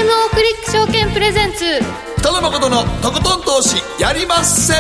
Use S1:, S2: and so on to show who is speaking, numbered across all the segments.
S1: クリック証券プレゼンツ
S2: 北野誠のとことん投資やりまっせ。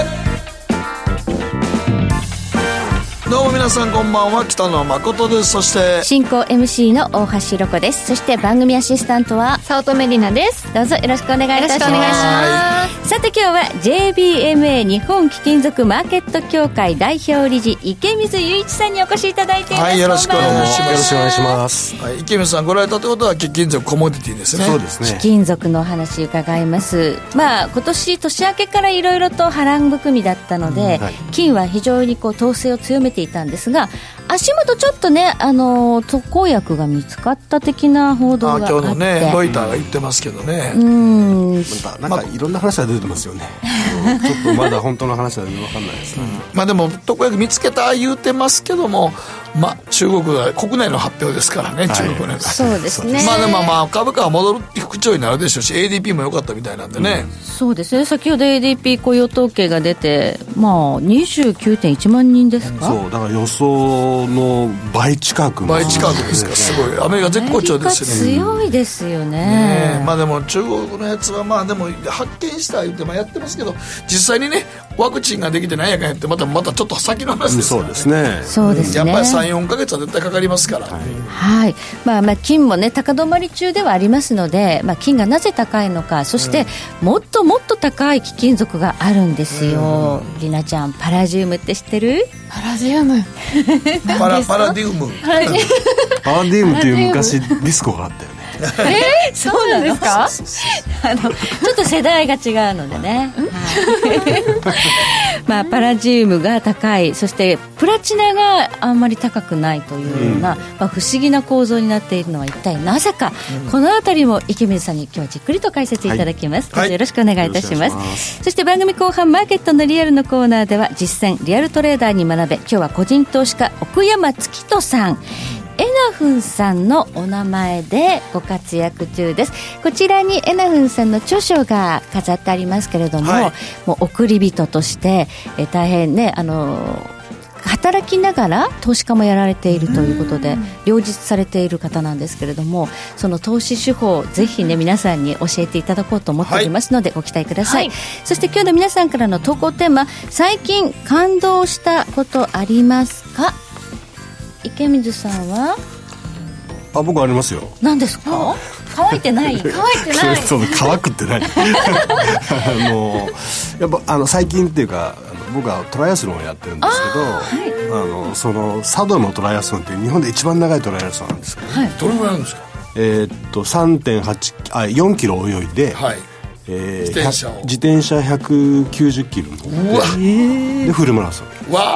S2: どうも皆さんこんばんは、北野誠です。そして
S3: 進行 MC の大橋ロコです。そして番組アシスタントは
S1: 早乙女里奈です。
S3: どうぞよろしくお願いいたします。
S1: よろしくお願いします。
S3: さて今日は JBMA 日本貴金属マーケット協会代表理事池水雄一さんにお越しいただいています。
S2: はい、よろしくお願いします。
S4: よろしくお願いします。
S2: はい、池水さんご来店ということは貴金属コモディティですね。
S4: そうですね。
S3: 貴金属のお話伺います。今年年明けからいろいろと波乱含みだったので、はい、金は非常に統制を強めていたんですが、足元ちょっとね、特効薬が見つかった的な報道があって、
S2: 今日のねロイターが言ってますけどね、
S4: なんかいろんな話が出てますよね。ちょっとまだ本当の話は分かんないですね。
S2: でも特効薬見つけた言うてますけども、中国が国内の発表ですからね、中国の、
S3: そうですね。
S2: でも株価は戻る復調になるでしょうし、 ADP も良かったみたいなんでね、
S3: そうですね。先ほど ADP 雇用統計が出て、29.1 万人ですか。
S4: そうだから予想の倍近く
S2: ですか。すごいアメリカ絶好調ですよね。
S3: 強いですよね。
S2: でも中国のやつはでも発見した言ってやってますけど、実際にねワクチンができてなんやかんやってまたちょっと先の話ですからね。
S3: そうですね。
S2: やっぱり 3,4 ヶ月は絶対かかりますから。
S3: はい。金もね高止まり中ではありますので、金がなぜ高いのか、そしてもっともっと高い貴金属があるんですよ。りなちゃん、パラジウムって知ってる？
S1: パラジウム
S2: パラディウム
S4: っていう昔ディスコがあったよね。
S3: そうなんですか？ちょっと世代が違うのでね、パラジウムが高い、そしてプラチナがあんまり高くないというような、不思議な構造になっているのは一体なぜか、このあたりも池水さんに今日はじっくりと解説いただきます。どうぞよろしくお願いいたします。そして番組後半マーケットのリアルのコーナーでは実践リアルトレーダーに学べ、今日は個人投資家奥山月人さん、エナフンさんのお名前でご活躍中です。こちらにエナフンさんの著書が飾ってありますけれども、もう送り人として大変ね、働きながら投資家もやられているということで両立されている方なんですけれども、その投資手法をぜひね皆さんに教えていただこうと思っておりますので、ご期待ください。そして今日の皆さんからの投稿テーマ、最近感動したことありますか？池水さんは？
S4: 僕ありますよ。
S3: 何ですか？乾いてない
S4: そう乾くってないやっぱ最近っていうか、僕はトライアスロンをやってるんですけど、その佐渡のトライアスロンって日本で一番長いトライアスロンなんですけど、
S2: どれぐらいなんですか
S4: ？4キロ泳いで、自転車190キロでフルマラソン、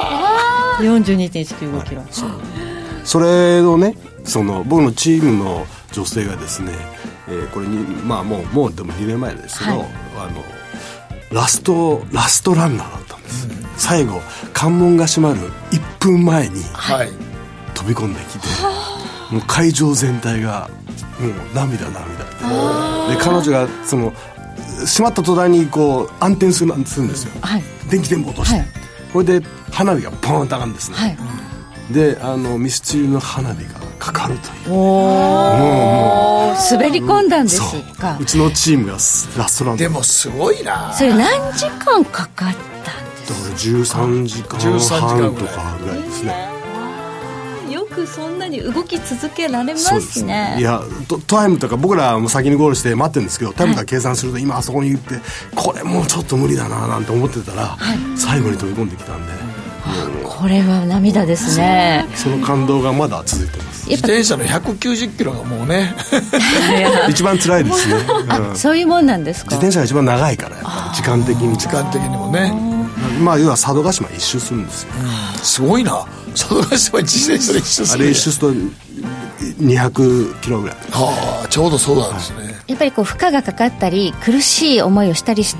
S3: 42.195 キロ、
S4: それをね、僕のチームの女性がですね、これにもうでも2年前ですけど、ラストランナーだったんです、最後関門が閉まる1分前に飛び込んできて、もう会場全体がもう涙で彼女が閉まった途端に暗転するんですよ、電気伝播として、これで花火がポーンと上がるんですね、でミスチルの花火がかかるという、もう滑り込んだんですか？うちのチームがラストランナー
S2: でもすごいな。
S3: それ何時間かかったんですか？
S4: だから13時間半とかぐらいですね。
S3: よくそんなに動き続けられますね。
S4: いやタイムとか僕らも先にゴールして待ってるんですけど、タイムとか計算すると今あそこに行ってこれもうちょっと無理だななんて思ってたら、最後に飛び込んできたんで、
S3: これは涙ですね。
S4: その感動がまだ続いてます。
S2: 自転車の190キロがもうね
S4: 一番辛いですね、
S3: そういうもんなんですか？
S4: 自転車が一番長いからやっぱり時間的にもね、要は佐渡島一周するんですよ、
S2: すごいな。佐渡島自転車で一周する、
S4: あれ一周すると200キロぐらい、
S2: ちょうどそうなんですね。
S3: やっぱり負荷がかかったり苦しい思いをしたりして、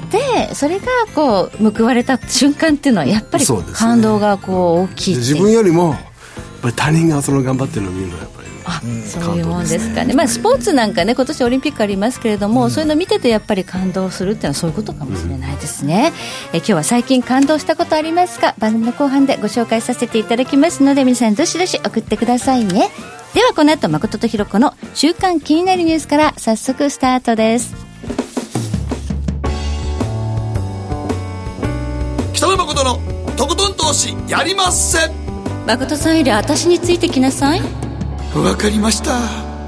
S3: それが報われた瞬間っていうのはやっぱり感動が大きいっていう、
S4: 自分よりもやっぱり他人が頑張ってるのを見るのはやっぱり
S3: そういうもんですかね。スポーツなんかね、今年オリンピックありますけれども、そういうの見ててやっぱり感動するっていうのはそういうことかもしれないですね、今日は最近感動したことありますか？番組の後半でご紹介させていただきますので、皆さんどしどし送ってくださいね。 ではこの後誠とひろ子の週刊気になるニュースから早速スタートです。
S2: 北野誠のとことん投資やりまっせ。
S3: 誠さんより私についてきなさい。
S2: わかりました。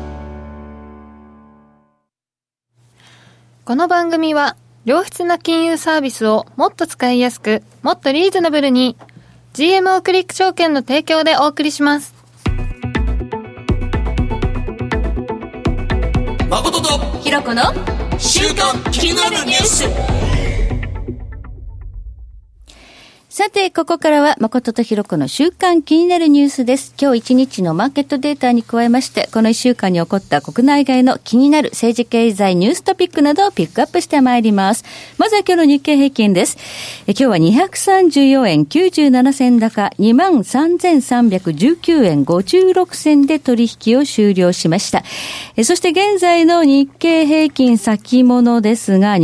S1: この番組は良質な金融サービスをもっと使いやすく、もっとリーズナブルに GMO クリック証券の提供でお送りします。
S2: 誠と
S3: ひろ子の
S2: 週刊気になるニュース。
S3: さてここからは誠とひろ子の週刊気になるニュースです。今日1日のマーケットデータに加えまして、この1週間に起こった国内外の気になる政治経済ニューストピックなどをピックアップしてまいります。まずは今日の日経平均です。今日は234円97銭高 23,319 円56銭で取引を終了しました。そして現在の日経平均先物ですが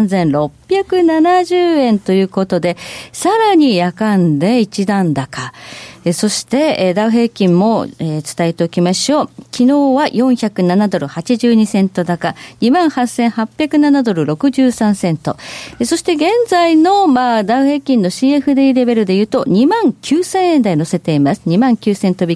S3: 23,670 円ということで、さらに夜間で一段高。そしてダウ平均も伝えておきましょう。昨日は407ドル82セント高 28,807 ドル63セント。そして現在のダウ平均の CFD レベルでいうと 29,000 円台乗せています。29,000飛び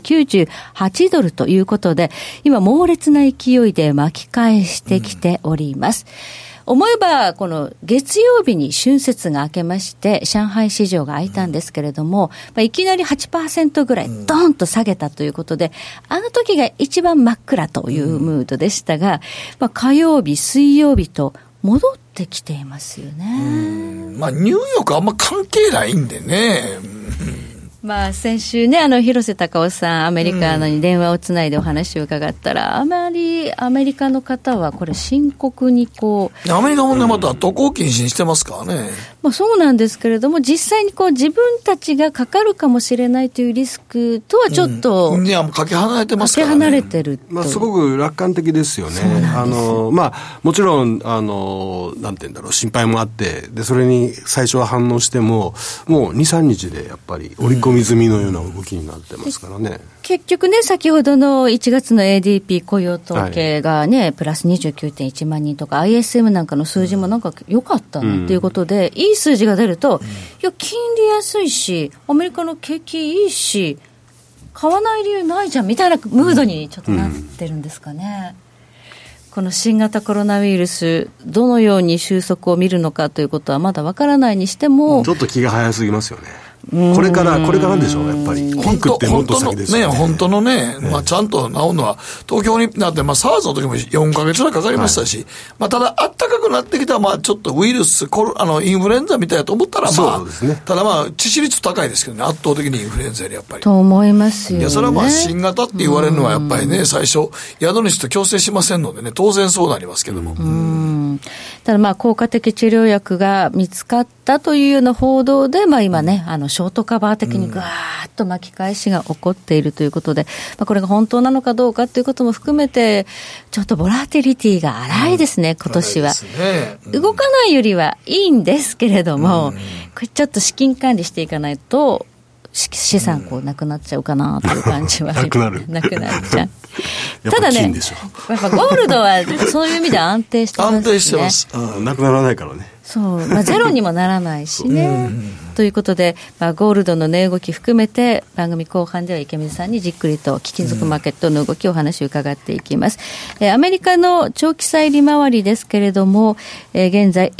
S3: 98ドルということで、今猛烈な勢いで巻き返してきております。思えばこの月曜日に春節が明けまして上海市場が開いたんですけれども、いきなり 8% ぐらいドーンと下げたということで、あの時が一番真っ暗というムードでしたが、火曜日水曜日と戻ってきていますよね。
S2: ニューヨークあんま関係ないんでね。
S3: 先週ね、広瀬隆夫さん、アメリカに電話をつないでお話を伺ったら、あまりアメリカの方はこれ深刻にア
S2: メリカもね、また渡航禁止にしてますからね。
S3: そうなんですけれども、実際に自分たちがかかるかもしれないというリスクとはちょっと、
S2: いや、もうかけ離れてますからね。
S3: かけ離れてる
S4: すごく楽観的ですよね。もちろんなんていうんだろう、心配もあって、でそれに最初は反応しても、もう 2,3 日でやっぱり織り込み済みのような動きになってますからね。
S3: 結局ね、先ほどの1月の ADP 雇用統計がね、プラス 29.1 万人とか ISM なんかの数字もなんか良かったのっていうことで、いい数字が出ると、いや金利安いしアメリカの景気いいし買わない理由ないじゃんみたいなムードにちょっとなってるんですかね。この新型コロナウイルスどのように収束を見るのかということはまだわからないにしても、
S4: ちょっと気が早すぎますよね。これからでしょう、やっぱり。ピークってもっと先ですよね。
S2: 本当のね、ちゃんと治るのは、東京になって、SARS の時も4ヶ月ぐらいかかりましたし、ただ、暖かくなってきたら、ちょっとウイルス、インフルエンザみたいだと思ったら、
S4: そうですね。
S2: ただ致死率高いですけどね、圧倒的にインフルエンザよりやっぱり。
S3: と思いますよね。
S2: いや、それは新型って言われるのはやっぱりね、最初、宿主と強制しませんのでね、当然そうなりますけども。
S3: ただ効果的治療薬が見つかったというような報道で、今ね、ショートカバー的にぐわーっと巻き返しが起こっているということで、これが本当なのかどうかということも含めて、ちょっとボラティリティが荒いですね、今年は。動かないよりはいいんですけれども、これちょっと資金管理していかないと、資産なくなっちゃうかなという感じはなくなっちゃう。ただね、やっぱゴールドはそういう意味では安定してますね。
S2: 安定してます。
S4: なくならないからね。
S3: そう、ゼロにもならないしね。ということで、ゴールドの値動き含めて番組後半では池水さんにじっくりと貴金属マーケットの動きをお話を伺っていきます。アメリカの長期債利回りですけれども、現在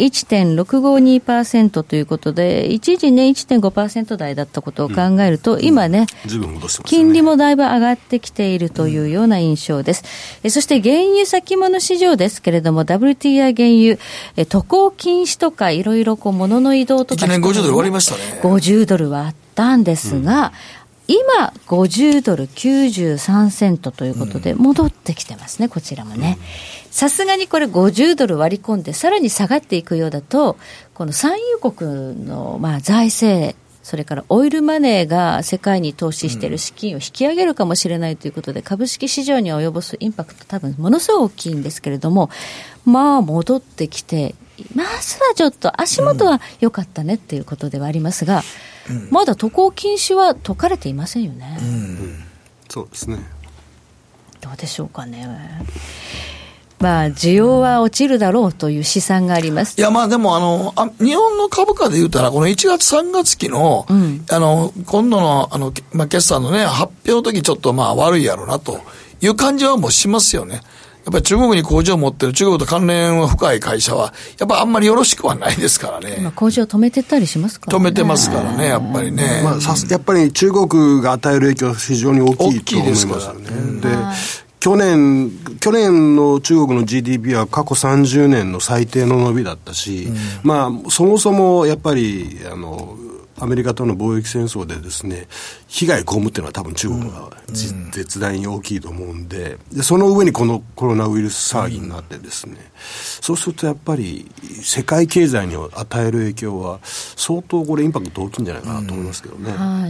S3: 1.652% ということで、一時ね 1.5% 台だったことを考えると、今ね、金利もだいぶ上がってきているというような印象です。そして原油先物市場ですけれども、 WTI 原油、渡航禁止とかいろいろ物の移動とか
S2: 1年50ドル終わりましたね。
S3: 50ドルはあったんですが、今50ドル93セントということで戻ってきてますね、こちらもね。さすがにこれ50ドル割り込んでさらに下がっていくようだと、この産油国の財政、それからオイルマネーが世界に投資している資金を引き上げるかもしれないということで、株式市場に及ぼすインパクト多分ものすごい大きいんですけれども、戻ってきて、まずはちょっと足元は良かったねっていうことではありますが、まだ渡航禁止は解かれていませんよね。
S4: そうですね。
S3: うでしょうかね。まあ、需要は落ちるだろうという試算があります。
S2: いや、まあでも日本の株価で言うたら、この1月3月期の、今度のまあ、決算のね、発表の時ちょっとまあ悪いやろなという感じはもうしますよね。やっぱり中国に工場を持ってる中国と関連は深い会社は、やっぱあんまりよろしくはないですからね。
S3: 今工場止めてたりしますからね。
S2: 止めてますからね、やっぱりね。
S4: まあ、やっぱり中国が与える影響は非常に大きいと思いますよね。で、去年の中国の GDP は過去30年の最低の伸びだったし、まあ、そもそもやっぱり、アメリカとの貿易戦争でですね、被害を被っているのは多分中国が絶大に大きいと思うんで、その上にこのコロナウイルス騒ぎになってですね、そうするとやっぱり世界経済に与える影響は相当これインパクト大きいんじゃないかなと思いますけどね。
S3: はい、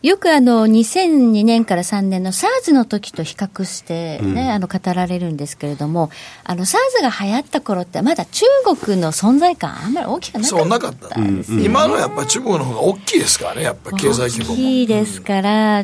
S3: よく2002年から3年の SARS の時と比較してね、語られるんですけれども、SARS が流行った頃ってまだ中国の存在感あんまり大きくなかった。
S2: そうなかった。今のやっぱり中国の方が大きいですからね、やっぱり経済規模も。
S3: 大きいですから、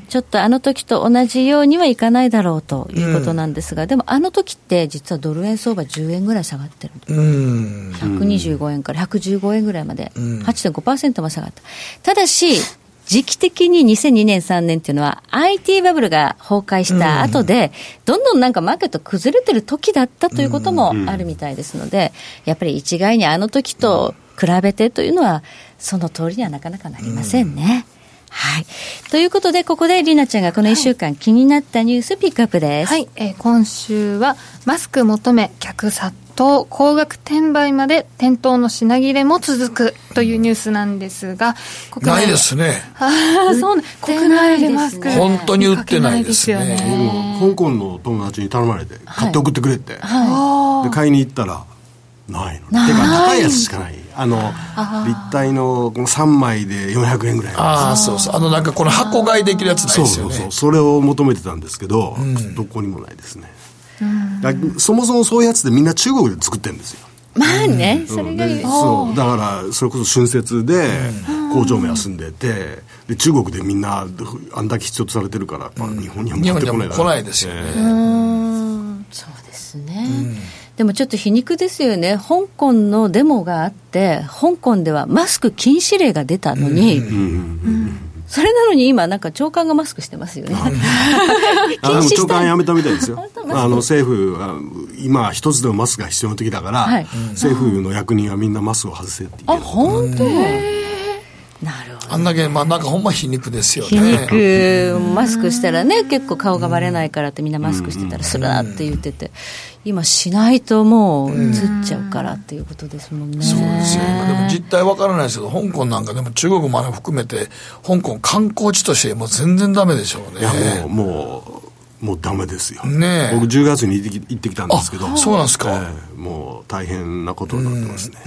S3: ちょっと時と同じようにはいかないだろうということなんですが、でも時って実はドル円相場10円ぐらい下がってる。125円から115円ぐらいまで 8.5% も下がった。ただし時期的に2002年3年っていうのは IT バブルが崩壊した後で、どんどんなんかマーケット崩れてる時だったということもあるみたいですので、やっぱり一概に時と比べてというのはその通りにはなかなかなりませんね。はい。ということで、ここでりなちゃんがこの1週間気になったニュースピックアップです。
S1: はい。今週はマスク求め客殺到、高額転売まで店頭の品切れも続くというニュースなんですが、
S2: ないですね。
S1: そう、国内でマスク
S2: 本当に売ってないですね。
S4: 香港の友達に頼まれて買って送ってくれって、で買いに行ったらないの。てか高いやつしかない。立体の3枚で400円ぐらい。
S2: ああ、そうそう。なんかこの箱買いできるやつないですよね。
S4: そう。それを求めてたんですけど、どこにもないですね。そもそもそういうやつでみんな中国で作ってるんですよ。
S3: まあね、それがいい。
S4: そう。だから、それこそ春節で工場も休んでて、で、中国でみんなあんだけ必要とされてるから、やっぱ日本には持ってこない。
S2: 来ないですよね。
S3: そうですね。でもちょっと皮肉ですよね。香港のデモがあって香港ではマスク禁止令が出たのに、それなのに今なんか長官がマスクしてますよね。
S4: 長官やめたみたいですよ。政府は今一つでもマスクが必要な時だから、政府の役人はみんなマスクを外せって言ってる。
S3: 本当。なるほど。
S2: あんだけ、まあなんかほんま皮肉ですよね。
S3: 皮肉、マスクしたらね、結構顔がバレないからってみんなマスクしてたらするなって言ってて、今しないともう映っちゃうからっていうことですもんね。
S2: そうですよ。でも実態わからないですけど、香港なんかでも中国も含めて、香港観光地としてもう全然ダメでしょうね。
S4: いやもうダメですよ。
S2: ね、
S4: 僕10月に行ってきたんですけど。
S2: そうなんですか。
S4: もう大変なことになってますね。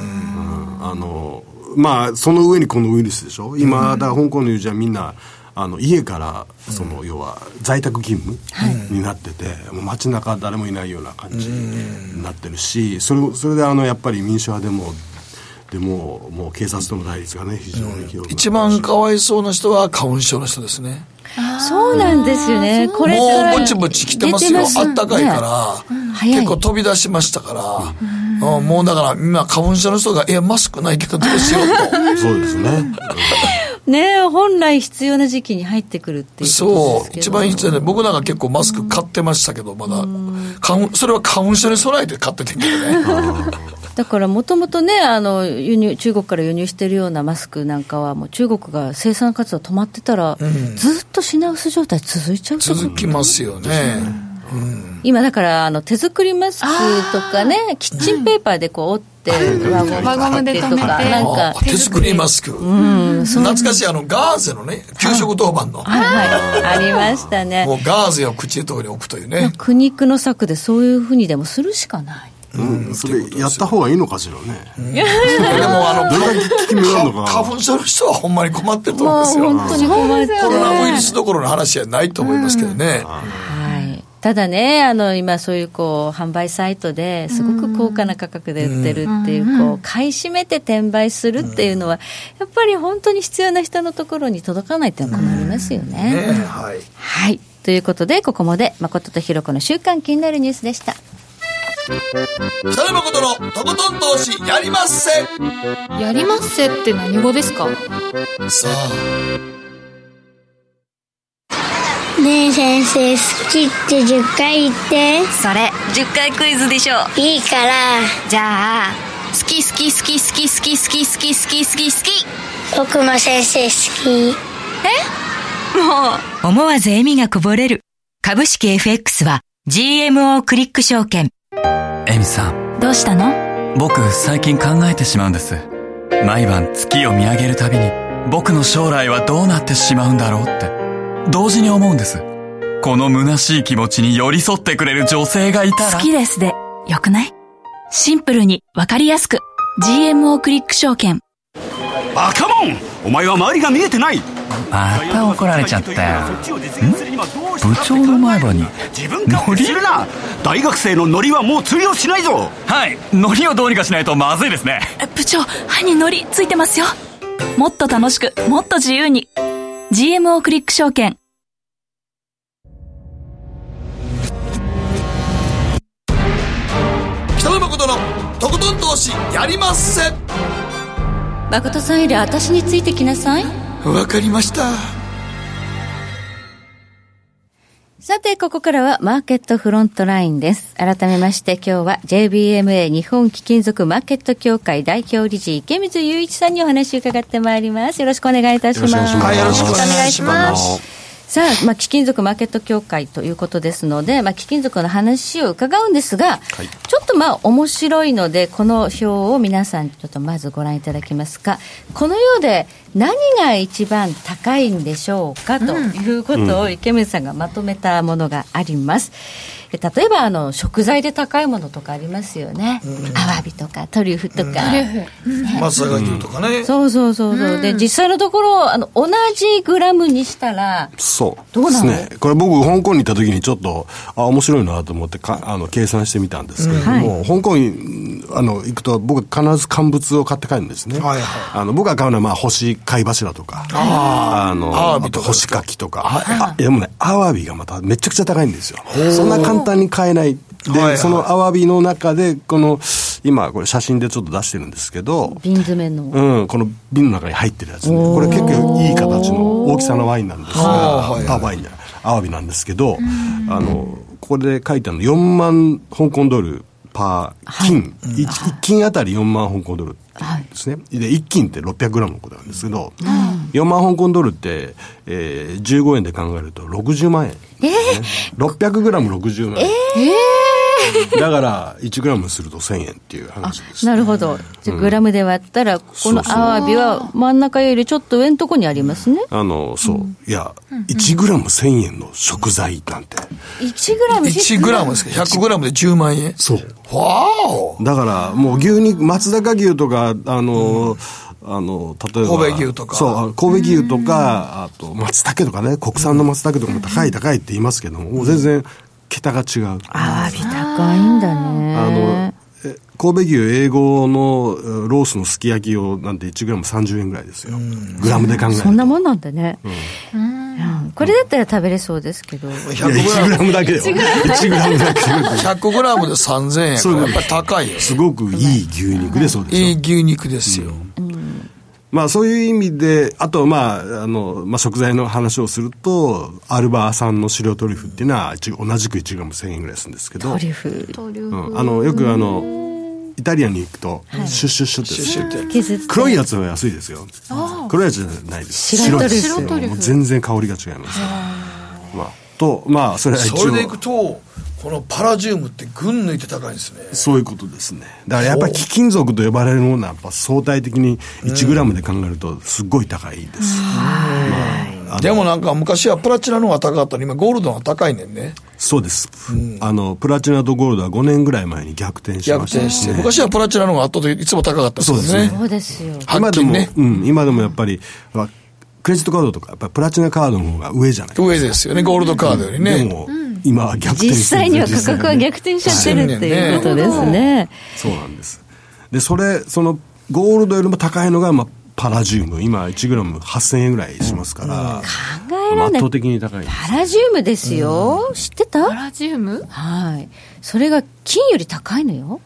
S4: まあ、その上にこのウイルスでしょ。今だ香港の友人はみんな家から要は在宅勤務になってて、もう街中誰もいないような感じになってるし、それでやっぱり民主派でももう警察との対立がね非常に広く、
S2: 一番かわいそうな人は花粉症の人ですね。
S3: そうなんですよね。これ
S2: もうぼちぼち来てますよ。あったかいから、結構飛び出しましたから、もうだから今花粉症の人がマスクないけどどうしようと。
S4: そうですね。
S3: ね、本来必要な時期に入ってくるっていうことですけど。
S2: そう、一番必要で、僕なんか結構マスク買ってましたけど、まだそれは花粉症に備えて買っててんけどね。
S3: だからもともとね、中国から輸入しているようなマスクなんかはもう中国が生産活動止まってたら、ずっと品薄状態続いちゃうと
S2: 続きますよね。
S3: 今だから手作りマスクとかね、キッチンペーパーでこう折って
S1: 輪ゴムで留めて、
S3: なんか
S2: 手作りマスク、懐かしいガーゼのね、給食当番の、
S3: ありましたね。
S2: もうガーゼを口のところに置くというね。
S3: 苦肉の策でそういうふうにでもするしかない。
S4: それやった方がいいのかしらね。
S2: でも花粉症の人はほんまに困ってると思うんですよ。
S3: 本当に困ってる。
S2: コロナウイルスどころの話じゃないと思いますけどね。
S3: ただね、今そういう販売サイトですごく高価な価格で売ってるっていう買い占めて転売するっていうのはやっぱり本当に必要な人のところに届かないっていうのは困りますよね。
S2: はい。
S3: はい。 ということで、ここまで誠とひろ子の週刊気になるニュースでした。
S2: 北野誠のとことん投資やりまっせ。
S1: やりまっせって何語ですか？
S2: さあ、
S5: ねえ先生、好きって10回言って。
S6: それ10回クイズでしょ。
S5: いいから。
S6: じゃあ、好き好き好き好き好き好き好き好き好き好き。
S5: 僕も先生好き。
S6: もう思わず笑みがこぼれる。株式 FX は GMO クリック証券。
S7: エミさん、
S6: どうしたの？
S7: 僕最近考えてしまうんです。毎晩月を見上げるたびに僕の将来はどうなってしまうんだろうって同時に思うんです。この虚しい気持ちに寄り添ってくれる女性がいたら。
S6: 好きですでよくない？シンプルにわかりやすく GMO クリック証券。
S8: バカモン、お前は周りが見えてない。
S7: また怒られちゃったよ。部長の前歯にノリ？
S8: 大学生のノリはもう通用しないぞ。
S7: はい、ノリをどうにかしないとまずいですね。
S6: 部長、歯にノリついてますよ。もっと楽しく、もっと自由に GMO クリック証券。
S2: 北野誠のとことん投資やりまっせ。
S3: 誠さんより私についてきなさい。
S2: わかりました。
S3: さて、ここからはマーケットフロントラインです。改めまして今日は JBMA 日本貴金属マーケット協会代表理事池水雄一さんにお話を伺ってまいります。よろしくお願いいたします。
S2: はい、よろしくお願いします。
S3: さあ、貴金属マーケット協会ということですので、貴金属の話を伺うんですが、はい、ちょっと面白いのでこの表を皆さんちょっとまずご覧いただけますか。この世で何が一番高いんでしょうかということを池水さんがまとめたものがあります。例えば食材で高いものとかありますよね。アワビとかトリュフとか、
S2: 松阪牛とかね。
S3: そうで、実際のところ同じグラムにしたらどうなの？
S4: ね、これ僕香港に行った時にちょっと面白いなと思って計算してみたんですけれども、香港に行くと僕必ず乾物を買って帰るんですね。はいはい、僕が買うのは干し貝柱とかアワビとか干し牡蠣とか、でもね、アワビがまためちゃくちゃ高いんですよ。そんな簡単に買えない。で、そのアワビの中で今これ写真でちょっと出してるんですけど、
S3: 瓶詰めの、
S4: この瓶の中に入ってるやつね、これ結構いい形の大きさのワインなんですが、ワインじゃない、アワビなんですけど、ここで書いてあるの4万香港ドルパー斤、1斤あたり4万香港ドルですね。で1斤って600グラムのことなんですけど、4万香港ドルって、15円で考えると60万円、600グラム60万円、だから1グラムすると1000円っていう話です。
S3: なるほど。じゃグラムで割ったら、このアワビは真ん中よりちょっと上のとこにありますね。
S4: いや、1グラム1000円の食材なんて
S3: 1グラムです
S2: か。100グラムで10万円。
S4: そう。
S2: わーお。
S4: だからもう牛肉、松阪牛とか例えば
S2: 神戸牛とか、
S4: そう神戸牛とか、あと松茸とかね、国産の松茸とかも高いって言いますけども、もう全然桁が違う。
S3: アワビ高いんだね。
S4: 神戸牛英語のロースのすき焼きをなんて1グラム30円ぐらいですよ。グラムで考えると
S3: そんなもんなんだね。これだったら食べれそうですけど。
S4: 100グラムだけよ。1グラムだけ。
S2: 100グラムで3000円。それやっぱり高いよ。
S4: すごくいい牛肉でそうですよ。
S2: いい牛肉ですよ。
S4: そういう意味で、あと食材の話をすると、アルバー産の白トリュフっていうのは同じく1グラム1000円ぐらいするんですけど、
S3: トリュフ、
S4: よくイタリアンに行くと、シュッシュッシュッって黒いやつは安いですよ。黒いやつじゃないです。白いです。もう全然香りが違います。それは一応。
S2: それでいくと、このパラジウムって群抜いて高いんですね。
S4: そういうことですね。だからやっぱり貴金属と呼ばれるものはやっぱ相対的に1グラムで考えるとすごい高いです。
S2: でもなんか昔はプラチナの方が高かったのに今ゴールドの方が高いねんね。
S4: そうです。プラチナとゴールドは5年ぐらい前に逆転しました、ね。逆転して、昔
S2: はプラチナの方が圧倒的にいつも高かったですよね。
S3: そうですよ。
S4: 今でもやっぱりクレジットカードとかやっぱりプラチナカードの方が上じゃないですか。
S2: 上ですよね、ゴールドカードよりね。
S4: でも今は逆転してる。
S3: 実際には価格は逆転しちゃってるっていうことですね。
S4: そうなんです。でそのゴールドよりも高いのが、 パラジウム今1グラム8000円ぐらいしますから、
S3: 考えられない。
S4: 圧倒的に高いんです。
S3: パラジウムですよ、知ってた？
S1: パラジウム、
S3: はい、それが金より高いのよ。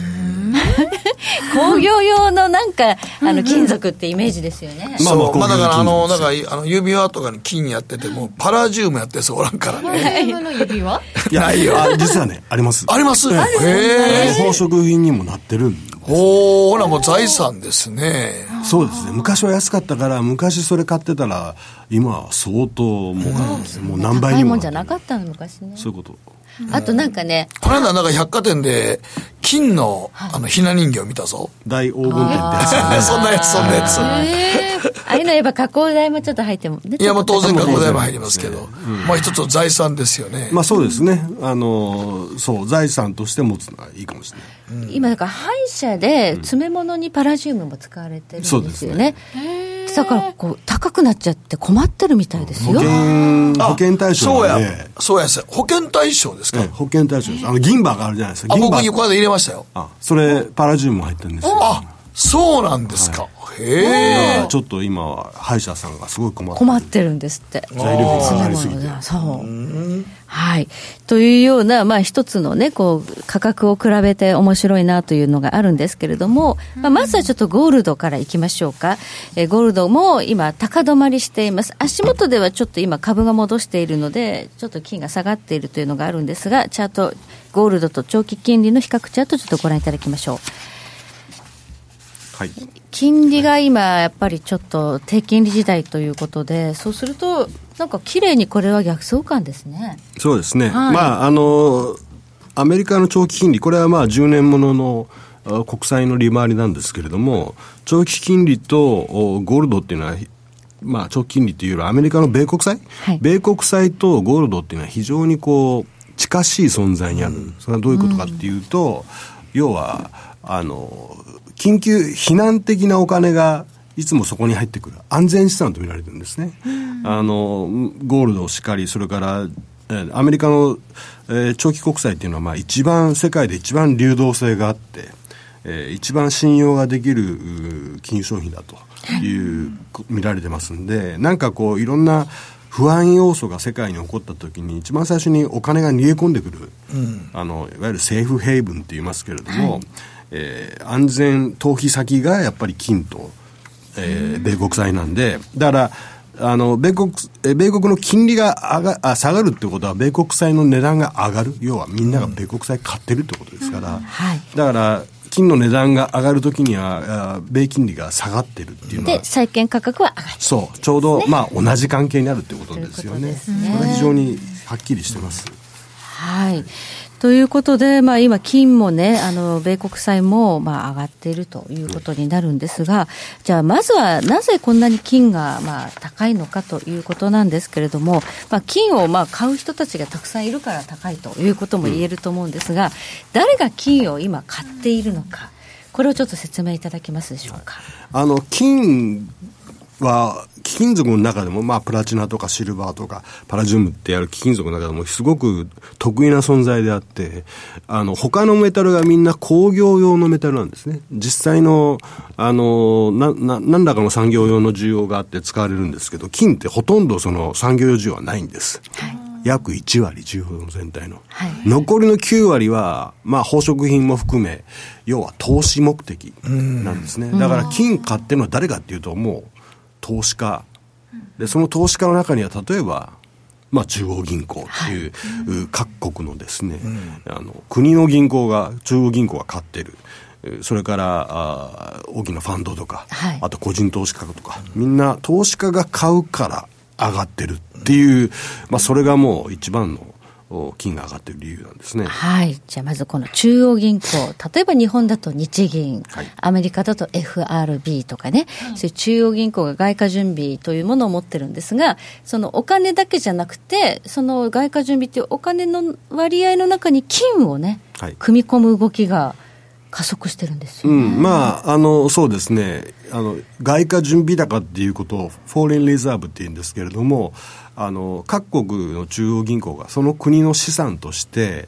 S3: 工業用のなんか金属ってイメージですよね。
S2: そう、だから指輪とかに金やっててもパラジウムやってる人おらんからね。
S1: パラジウムの指輪
S2: いやいや
S4: 実はねあります。
S2: あります。
S4: 宝飾品にもなってるんです。
S2: ほらもう財産ですね。
S4: そうですね。昔は安かったから昔それ買ってたら今は相当もう何倍にも
S3: 高いもんじゃなかったの昔ね。
S4: そういうこと。
S3: あとなんかね、
S2: この間なんか百貨店で金のひな人形見たぞ。
S4: 大黄金店ってやつね。
S2: そんなやつ。
S3: ああいうのやっぱ加工代もちょっと入っても、ね、
S2: いやもう当然加工代も入りますけど、まあ一つ財産ですよね。
S4: まあそうですね。そう財産として持つのはいいかもしれない。
S3: 今だから歯医者で詰め物にパラジウムも使われてるんですよね。だからこう高くなっちゃって困ってるみたいですよ。
S4: 保険対象なんで。
S2: そうや保険対象ですか。
S4: 保険対象です。銀歯があるじゃないですか。
S2: 僕ここで入れましたよ。
S4: それパラジウム入ってるんですよ。
S2: そうなんですか。
S4: へえ。ちょっと今は歯医者さんがすごい困ってる
S3: んですって。
S4: 材料費が上がりすぎて。
S3: そう。はい。というような、まあ一つのね、こう、価格を比べて面白いなというのがあるんですけれども、まずはちょっとゴールドからいきましょうか。ゴールドも今高止まりしています。足元ではちょっと今株が戻しているので、ちょっと金が下がっているというのがあるんですが、チャート、ゴールドと長期金利の比較チャートちょっとご覧いただきましょう。
S4: はい、
S3: 金利が今やっぱりちょっと低金利時代ということで、そうするとなんか綺麗にこれは逆相関ですね。
S4: そうですね、
S3: はい、
S4: まあアメリカの長期金利、これはまあ10年ものの国債の利回りなんですけれども、長期金利とゴールドっていうのは、まあ長期金利というよりアメリカの米国債、はい、米国債とゴールドっていうのは非常にこう近しい存在にある。それはどういうことかっていうと、要は緊急避難的なお金がいつもそこに入ってくる安全資産と見られてるんですね。ゴールドしかり、それからアメリカの、長期国債っていうのはまあ世界で一番流動性があって、一番信用ができる金融商品だという見られてますんで、なんかこういろんな不安要素が世界に起こったときに一番最初にお金が逃げ込んでくる、いわゆるセーフヘイブンって言いますけれども、はい、安全逃避先がやっぱり金と、米国債なんで、だから米国の金利が下がるってことは米国債の値段が上がる、要はみんなが米国債買ってるってことですから、はい、だから金の値段が上がるときには米金利が下がってるっていうのは、
S3: で債券価格は上がってる、
S4: そうちょうど、まあ、同じ関係になるってことですよね。これは非常にはっきりしてます。
S3: はい。ということで、まあ、今金もね、米国債もまあ上がっているということになるんですが、じゃあまずはなぜこんなに金がまあ高いのかということなんですけれども、まあ、金をまあ買う人たちがたくさんいるから高いということも言えると思うんですが、誰が金を今買っているのか、これをちょっと説明いただけますでしょうか。
S4: 金は貴金属の中でも、まあ、プラチナとかシルバーとかパラジウムってやる貴金属の中でもすごく得意な存在であって、他のメタルがみんな工業用のメタルなんですね。実際の何らかの産業用の需要があって使われるんですけど、金ってほとんどその産業用需要はないんです、はい、約1割需要の全体の、はい、残りの9割は、まあ、宝飾品も含め要は投資目的なんですね。だから金買ってるのは誰かっていうと、もう投資家で、その投資家の中には例えば、まあ、中央銀行っていう、はい、各国のですね、国の銀行が、中央銀行が買ってる、それから大きなファンドとか、はい、あと個人投資家とか、みんな投資家が買うから上がってるっていう、まあ、それがもう一番の金が上がっている理由なんですね。
S3: はい。じゃあまずこの中央銀行、例えば日本だと日銀、はい、アメリカだと FRB とかね、そういう中央銀行が外貨準備というものを持ってるんですが、そのお金だけじゃなくて、その外貨準備というお金の割合の中に金をね、はい、組み込む動きが加速してるんですよね。
S4: まあ、そうですね、外貨準備高っていうことをフォーレンリザーブっていうんですけれども、各国の中央銀行がその国の資産として、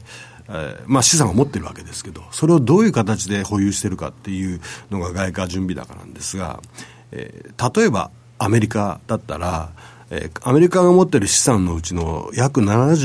S4: まあ資産を持ってるわけですけど、それをどういう形で保有してるかっていうのが外貨準備高なんですが、 例えばアメリカだったら、アメリカが持ってる資産のうちの約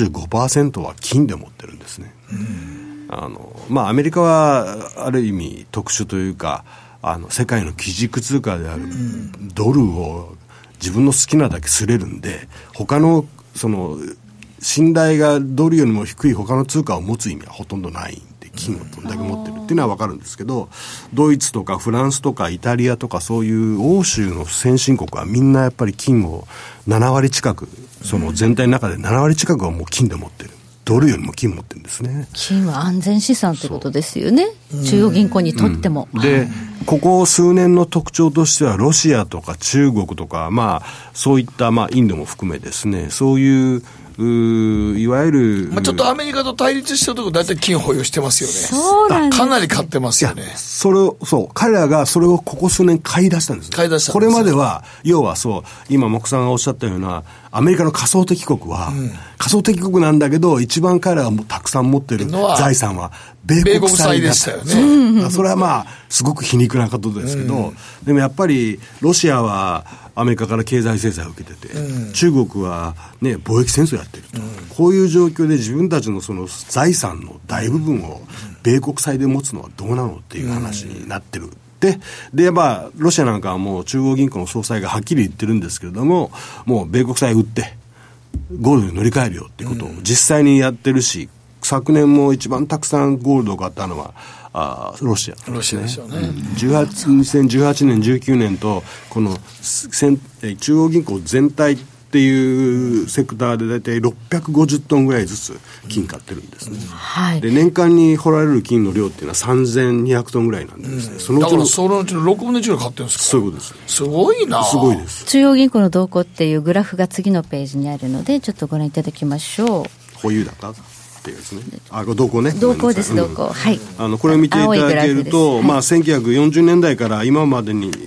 S4: 75% は金で持ってるんですね。アメリカはある意味特殊というか、世界の基軸通貨であるドルを自分の好きなだけすれるんで、他のその信頼がドルよりも低い他の通貨を持つ意味はほとんどないんで、金をどんだけ持ってるっていうのは分かるんですけど、ドイツとかフランスとかイタリアとかそういう欧州の先進国はみんなやっぱり金を7割近く、その全体の中で7割近くはもう金で持ってる。ドルよりも金持ってるんですね。
S3: 金は安全資産ということですよね、中央銀行にとっても。
S4: で、ここ数年の特徴としてはロシアとか中国とか、そういったインドも含めですね、そういういわゆる、
S2: ちょっとアメリカと対立したところ大体金を保有してますよね。
S3: そうなんです。
S2: かなり買ってますよね。
S4: 彼らがそれをここ数年買い出したんです。これまでは要は今木さんがおっしゃったようなアメリカの仮想敵国は、仮想敵国なんだけど一番彼らがたくさん持っている財産は米国債でしたよね。それはすごく皮肉なことですけど、でもやっぱりロシアはアメリカから経済制裁を受けてて、中国は、貿易戦争やってると、こういう状況で自分たちのその財産の大部分を米国債で持つのはどうなのっていう話になってる。で、ロシアなんかはもう中央銀行の総裁がはっきり言ってるんですけれども、もう米国債売ってゴールドに乗り換えるよっていうことを実際にやってるし、昨年も一番たくさんゴールドを買ったのはロシアですよね。2018年19年とこの中央銀行全体っていうセクターで大体650トンぐらいずつ金買ってるんですね、で年間に掘られる金の量っていうのは3200トンぐらいなんでですね、
S2: だからそのうちの6分の1を買ってるんですか。
S4: そういうことです。
S2: すごいな。
S4: すごいです。
S3: 中央銀行の動向っていうグラフが次のページにあるのでちょっとご覧いただきましょう。
S4: 保有高ですね。動向ね。
S3: 動向です、動向。はい。
S4: これを見ていただけると、1940年代から今までに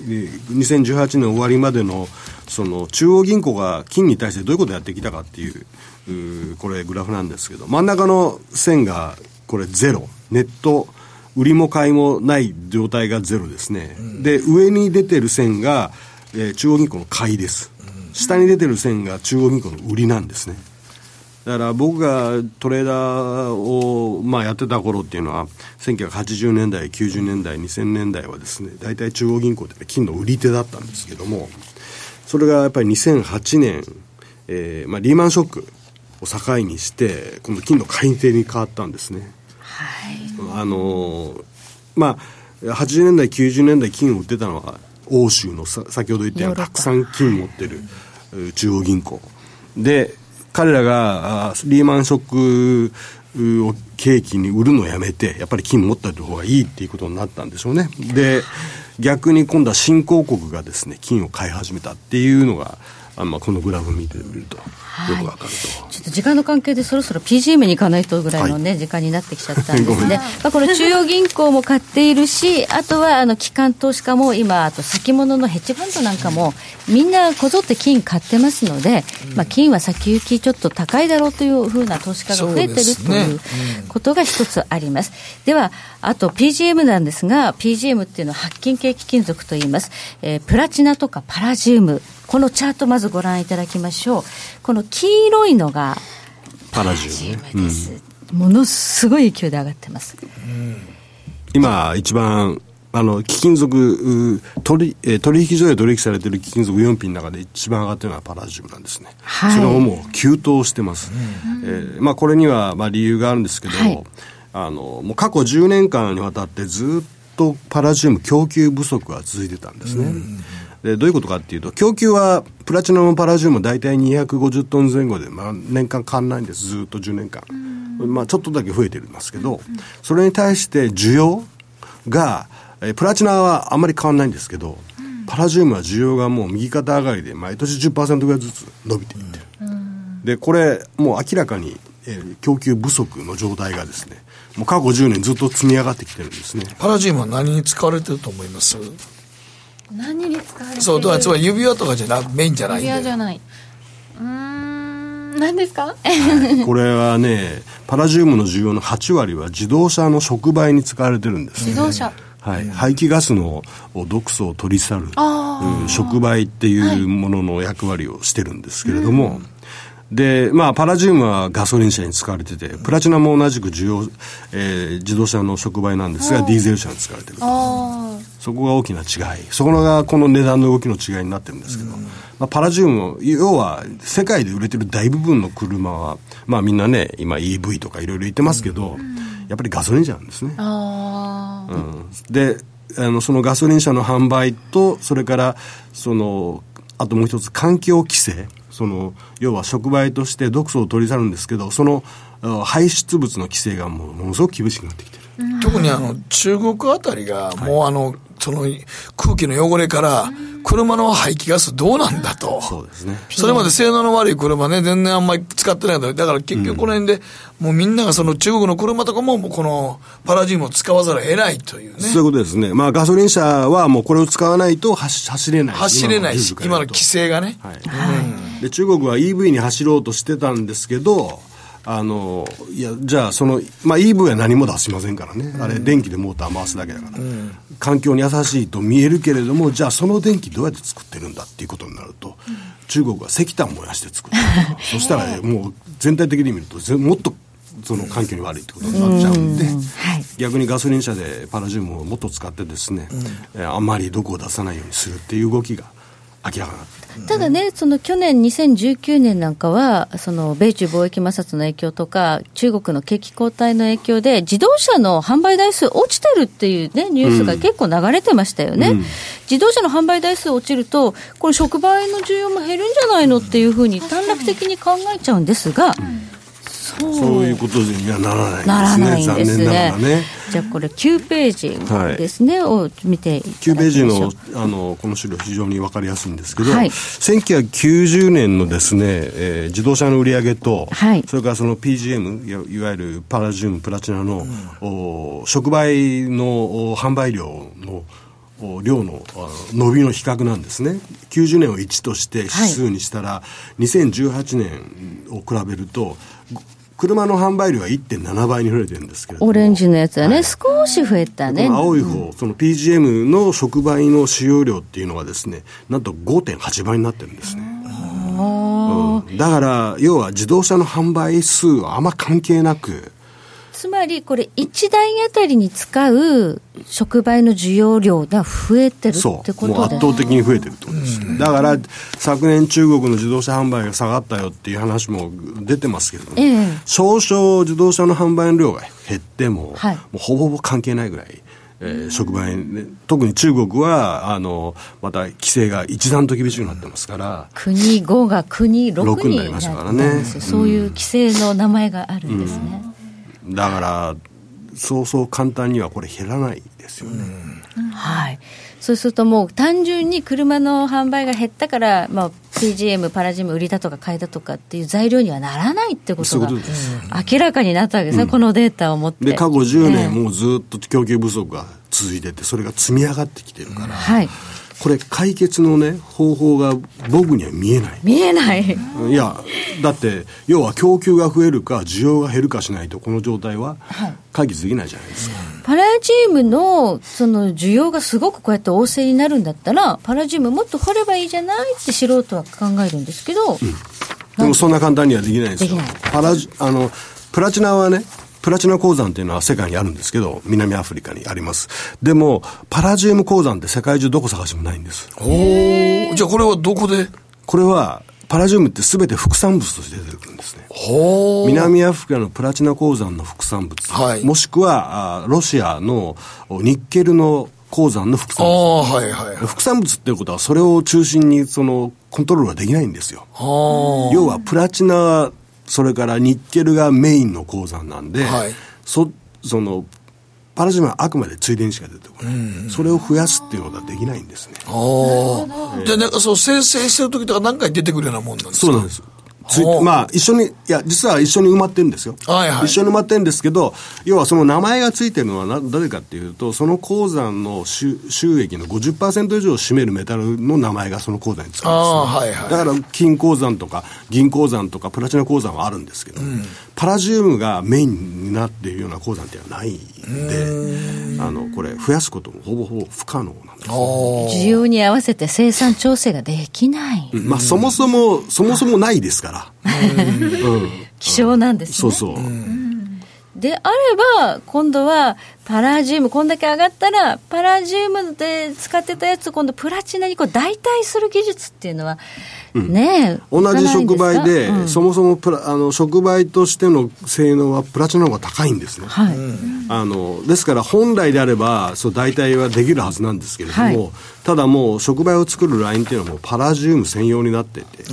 S4: 2018年終わりまでのその中央銀行が金に対してどういうことをやってきたかっていうこれグラフなんですけど、真ん中の線がこれゼロ、ネット売りも買いもない状態がゼロですね。で、上に出てる線が、中央銀行の買いです。下に出てる線が中央銀行の売りなんですね。だから僕がトレーダーをやってた頃っていうのは1980年代90年代2000年代はですね、大体中央銀行って金の売り手だったんですけども、それがやっぱり2008年、リーマンショックを境にして今度金の買い手に変わったんですね。80年代90年代金を売ってたのは欧州の先ほど言ったようにたくさん金持ってる中央銀行で、彼らがリーマンショックを契機に売るのをやめてやっぱり金持っておいた方がいいっていうことになったんでしょうね。で、逆に今度は新興国がですね金を買い始めたっていうのがこのグラフを見てみるとよくわかると、
S3: ちょっと時間の関係でそろそろ PGM に行かないとぐらいの時間になってきちゃったんですねこの中央銀行も買っているし、あとは機関投資家も今あと先物のヘッジファンドなんかもみんなこぞって金買ってますので、金は先行きちょっと高いだろうというふうな投資家が増えてるということが一つあります。ではあと PGM なんですが、 PGM っていうのは白金系貴金属といいます、プラチナとかパラジウム、このチャートまずご覧いただきましょう。この黄色いのがパラジウムです、ものすごい勢いで上がってます、
S4: 今一番貴金属取引所で取引されている貴金属4品の中で一番上がっているのはパラジウムなんですね、それをもう急騰してます、これには理由があるんですけど、もう過去10年間にわたってずっとパラジウム供給不足が続いてたんですね、でどういうことかっていうと、供給はプラチナもパラジウムも大体250トン前後で、年間変わらないんです。ずっと10年間、ちょっとだけ増えてるんですけど、それに対して需要がプラチナはあんまり変わらないんですけど、パラジウムは需要がもう右肩上がりで毎年 10% ぐらいずつ伸びていってる、でこれもう明らかに、供給不足の状態がですね、もう過去10年ずっと積み上がってきてるんですね。
S2: パラジウムは何に使われてると思います？
S1: 何に使われてる？
S2: そう、つまり指輪とかじゃなメインじゃないんで。
S1: 指輪じゃない。何ですか？
S4: これはね、パラジウムの需要の8割は自動車の触媒に使われてるんです、
S1: 自動車。
S4: はい、排気ガスの毒素を取り去る触媒っていうものの役割をしてるんですけれども、で、パラジウムはガソリン車に使われてて、プラチナも同じく自動車の触媒なんですが、ディーゼル車に使われてると。そこが大きな違い。そこがこの値段の動きの違いになってるんですけど、パラジウム、要は世界で売れてる大部分の車は、みんなね、今 EV とかいろいろ言ってますけど、やっぱりガソリン車なんですね。で、そのガソリン車の販売と、それからあともう一つ環境規制、要は触媒として毒素を取り去るんですけど、その排出物の規制がものすごく厳しくなってきてる。
S2: 特に中国あたりがもうその空気の汚れから車の排気ガスどうなんだと。
S4: そうですね。
S2: それまで性能の悪い車ね、全然あんまり使ってないんだ。だから結局この辺で、もうみんながその中国の車とかもこのパラジウムを使わざるを得ないというね。
S4: そういうことですね。ガソリン車はもうこれを使わないと走れない。
S2: 走れないし、今の規制がね。
S4: で、中国は EV に走ろうとしてたんですけど、じゃあEV は何も出しませんからね。あれ電気でモーター回すだけだから、環境に優しいと見えるけれども、じゃあその電気どうやって作ってるんだっていうことになると、中国は石炭燃やして作ってるそしたら、もう全体的に見るともっとその環境に悪いってことになっちゃうんで、逆にガソリン車でパラジウムをもっと使ってですね、あんまり毒を出さないようにするっていう動きが明らかになって。
S3: ただね、その去年2019年なんかはその米中貿易摩擦の影響とか中国の景気後退の影響で自動車の販売台数落ちてるっていうねニュースが結構流れてましたよね、自動車の販売台数落ちるとこれ触媒の需要も減るんじゃないのっていうふうに短絡的に考えちゃうんですが、
S4: そういうことにはならないですね。
S3: ならないんですね。
S4: 残念ながらね。
S3: じゃあこれ9ページですね、を見ていただきましょう。
S4: 9ページのこの資料非常に分かりやすいんですけど、1990年のですね、自動車の売り上げと、それからその PGM いわゆるパラジウムプラチナの、触媒の販売量の量の伸びの比較なんですね。90年を1として指数にしたら、2018年を比べると車の販売量は 1.7 倍に増えてるんですけれども、
S3: オレンジのやつはね、少し増えたね。
S4: 青い方、その PGM の触媒の使用量っていうのはですね、なんと 5.8 倍になってるんですね。だから要は自動車の販売数はあんま関係なく、
S3: つまりこれ1台あたりに使う触媒の需要量が増えてるってことです。
S4: もう圧倒的に増えてるってことです、だから昨年中国の自動車販売が下がったよっていう話も出てますけれども、少々自動車の販売の量が減っても、もうほぼほぼ関係ないぐらい、触媒、ね、特に中国はまた規制が一段と厳しくなってますから、
S3: 国5が国6に
S4: なりましたからね。
S3: そういう規制の名前があるんですね、
S4: だからそうそう簡単にはこれ減らないですよね、
S3: そうするともう単純に車の販売が減ったから、PGM パラジウム売りだとか買いだとかっていう材料にはならないってことが明らかになったわけですね、このデータを持って。
S4: で過去10年もうずっと供給不足が続いてて、それが積み上がってきてるから、これ解決のね方法が僕には見えない。いやだって要は供給が増えるか需要が減るかしないとこの状態は解決できないじゃないですか、
S3: パラジウムのその需要がすごくこうやって旺盛になるんだったらパラジウムもっと掘ればいいじゃないって素人は考えるんですけど、
S4: でもそんな簡単にはできないですよ。プラチナはね、プラチナ鉱山っていうのは世界にあるんですけど、南アフリカにあります。でもパラジウム鉱山って世界中どこ探してもないんです。
S2: じゃあこれはどこで？
S4: これはパラジウムって全て副産物として出てくるんですね。南アフリカのプラチナ鉱山の副産物、もしくはロシアのニッケルの鉱山の副産物、副産物っていうことはそれを中心にそのコントロールはできないんですよ。要はプラチナそれからニッケルがメインの鉱山なんで、そのパラジウムはあくまでついでにしか出てこない、それを増やすっていうことはできないんですね。
S2: じゃあなんかそう生成してる時とか何回出てくるようなもんなんですか？
S4: そうなんです。一緒に、いや実は一緒に埋まってるんですよ、一緒に埋まってるんですけど、要はその名前がついてるのは誰かっていうと、その鉱山の収益の 50% 以上を占めるメタルの名前がその鉱山に使うんです、だから金鉱山とか銀鉱山とかプラチナ鉱山はあるんですけど、パラジウムがメインになっているような鉱山ではないんで、これ増やすこともほぼほぼ不可能なんです、
S3: 需要に合わせて生産調整ができない、
S4: まあ、そもそもないですから
S3: 希少なんですね。
S4: そうそう、
S3: であれば今度はパラジウムこんだけ上がったらパラジウムで使ってたやつを今度プラチナにこう代替する技術っていうのは、ねえ
S4: 同じ触媒で、そもそも触媒としての性能はプラチナの方が高いんですね、ですから本来であればそう代替はできるはずなんですけれども、ただもう触媒を作るラインっていうのはもうパラジウム専用になっていて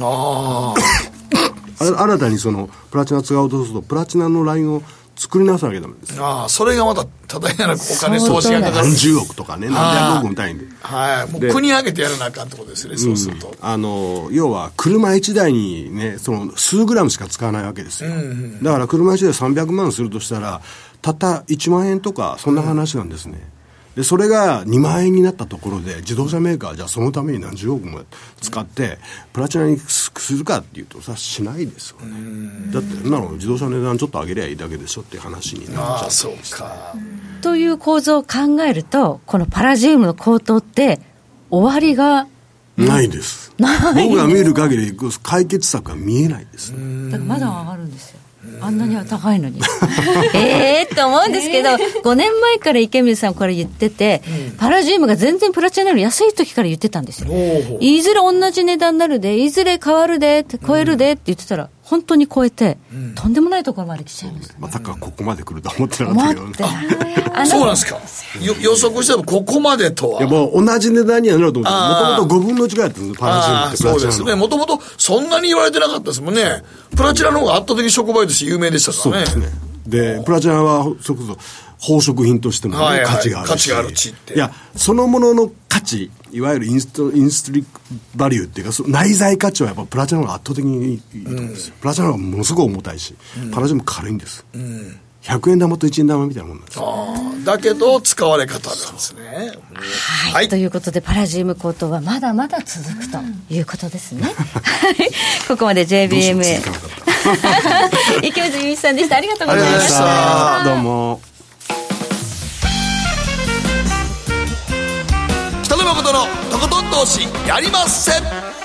S4: 新たにそのプラチナ使おうとするとプラチナのラインを作り直さなきゃダメです。
S2: それがまた多大なお金投資がかかる。
S4: 何十億とかね、何百億みたいんで。
S2: もう国挙げてやらなあかんってことですね、そうすると。
S4: 要は車1台にね、その数グラムしか使わないわけですよ。だから車1台300万するとしたら、たった1万円とか、そんな話なんですね。でそれが2万円になったところで自動車メーカーじゃあそのために何十億も使ってプラチナにするかっていうとさしないですよね。だってそんなの自動車の値段ちょっと上げりゃいいだけでしょっていう話になっちゃう。
S2: そうか。
S3: という構造を考えるとこのパラジウムの高騰って終わりが
S4: ないです。僕が見る限り解決策が見えないです、
S3: だからまだ上がるんですよ。あんなには高いのにって思うんですけど5年前から池水さんこれ言ってて、パラジウムが全然プラチナより安い時から言ってたんですよ。いずれ同じ値段になるでいずれ変わるで超えるでって言ってたら本当に超えて、とんでもないところまで来ちゃいました、
S4: まさかここまで来ると思ってなかったけどね。
S2: そうなんですか。予測してもここまでとは。
S4: いやもう同じ値段にはなると思ってもともと5分の1ぐらいだったんですパラジウムってプラチナの。
S2: そうですね。もともとそんなに言われてなかったですもんね。プラチナの方が圧倒的に触媒として有名でしたからね。
S4: そうですね。でプラチナはそれこそ宝飾品としても、価値があるし、
S2: 価値がある地って。
S4: いやそのものの価値、いわゆるインストリックバリューっていうか内在価値はやっぱプラチナの方が圧倒的にいいと思うんですよ。プラチナの方がものすごく重たいし、パラジウム軽いんです、100円玉と1円玉みたいなもんなんですよ。
S2: だけど使われ方なんですね。
S3: はい、ということでパラジウム高騰はまだまだ続くということですね。ここまで JBMA 池水由美さんでした。ありがとうございました。
S4: どうも。
S2: 北野誠のとことん投資やりまっせ。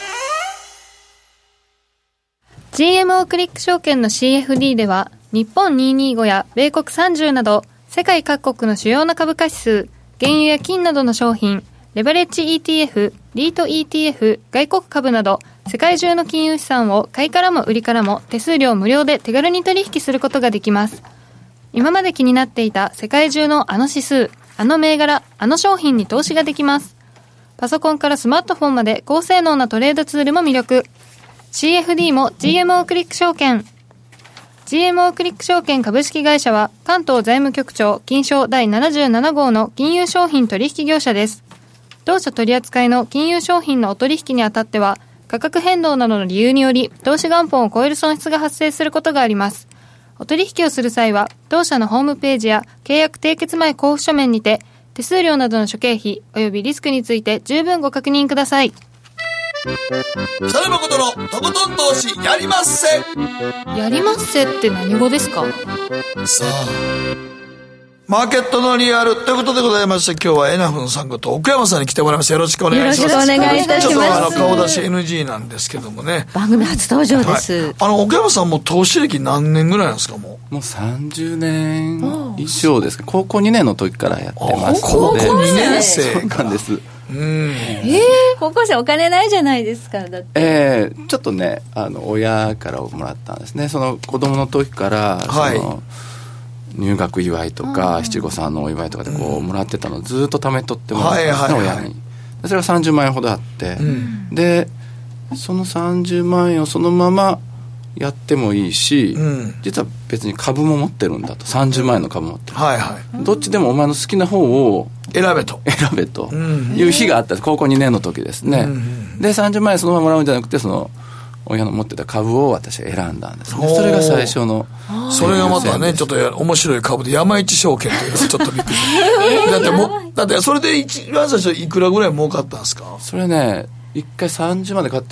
S1: GMO クリック証券の CFD では日本225や米国30など世界各国の主要な株価指数、原油や金などの商品、レバレッジ ETF、リート ETF、外国株など世界中の金融資産を買いからも売りからも手数料無料で手軽に取引することができます。今まで気になっていた世界中のあの指数、あの銘柄、あの商品に投資ができます。パソコンからスマートフォンまで高性能なトレードツールも魅力。CFD も GMO クリック証券。GMO クリック証券株式会社は関東財務局長金商第77号の金融商品取引業者です。当社取扱いの金融商品のお取引にあたっては価格変動などの理由により投資元本を超える損失が発生することがあります。お取引をする際は当社のホームページや契約締結前交付書面にて手数料などの諸経費及びリスクについて十分ご確認ください。
S2: 北野誠のとことん投資やりまっせ。
S1: やりまっせって何語ですか？
S2: さあマーケットのリアルということでございまして、今日はエナフの参考と奥山さんに来てもらいました。よろしくお願いします。
S3: よろしくお願いいたします。
S2: ちょっと顔出し NG なんですけどもね、
S3: 番組初登場です、
S2: 奥山さんも投資歴何年ぐらいなんですか？も
S9: う30年以上ですか。高校2年の時からやってますので。
S2: 高校2年生
S9: そうなんです。
S3: 高校生お金ないじゃないですか。だって
S9: ちょっとね親からもらったんですね。その子供の時から、その入学祝いとか七五三のお祝いとかでこうもらってたのをずっと貯めとってもらったんですね、親に。それが30万円ほどあって、でその30万円をそのままやってもいいし、実は別に株も持ってるんだと。30万円の株持ってる、どっちでもお前の好きな方を
S2: 選べと
S9: いう日があったんです。高校2年の時ですね、で30万円そのままもらうんじゃなくて、その親の持ってた株を私は選んだんですね。それが最初の。
S2: それがまたねちょっと面白い株で山一証券というのがちょっとびっくりだってそれで一番最初いくらぐらい儲かったんですか？
S9: それね1回30万で買って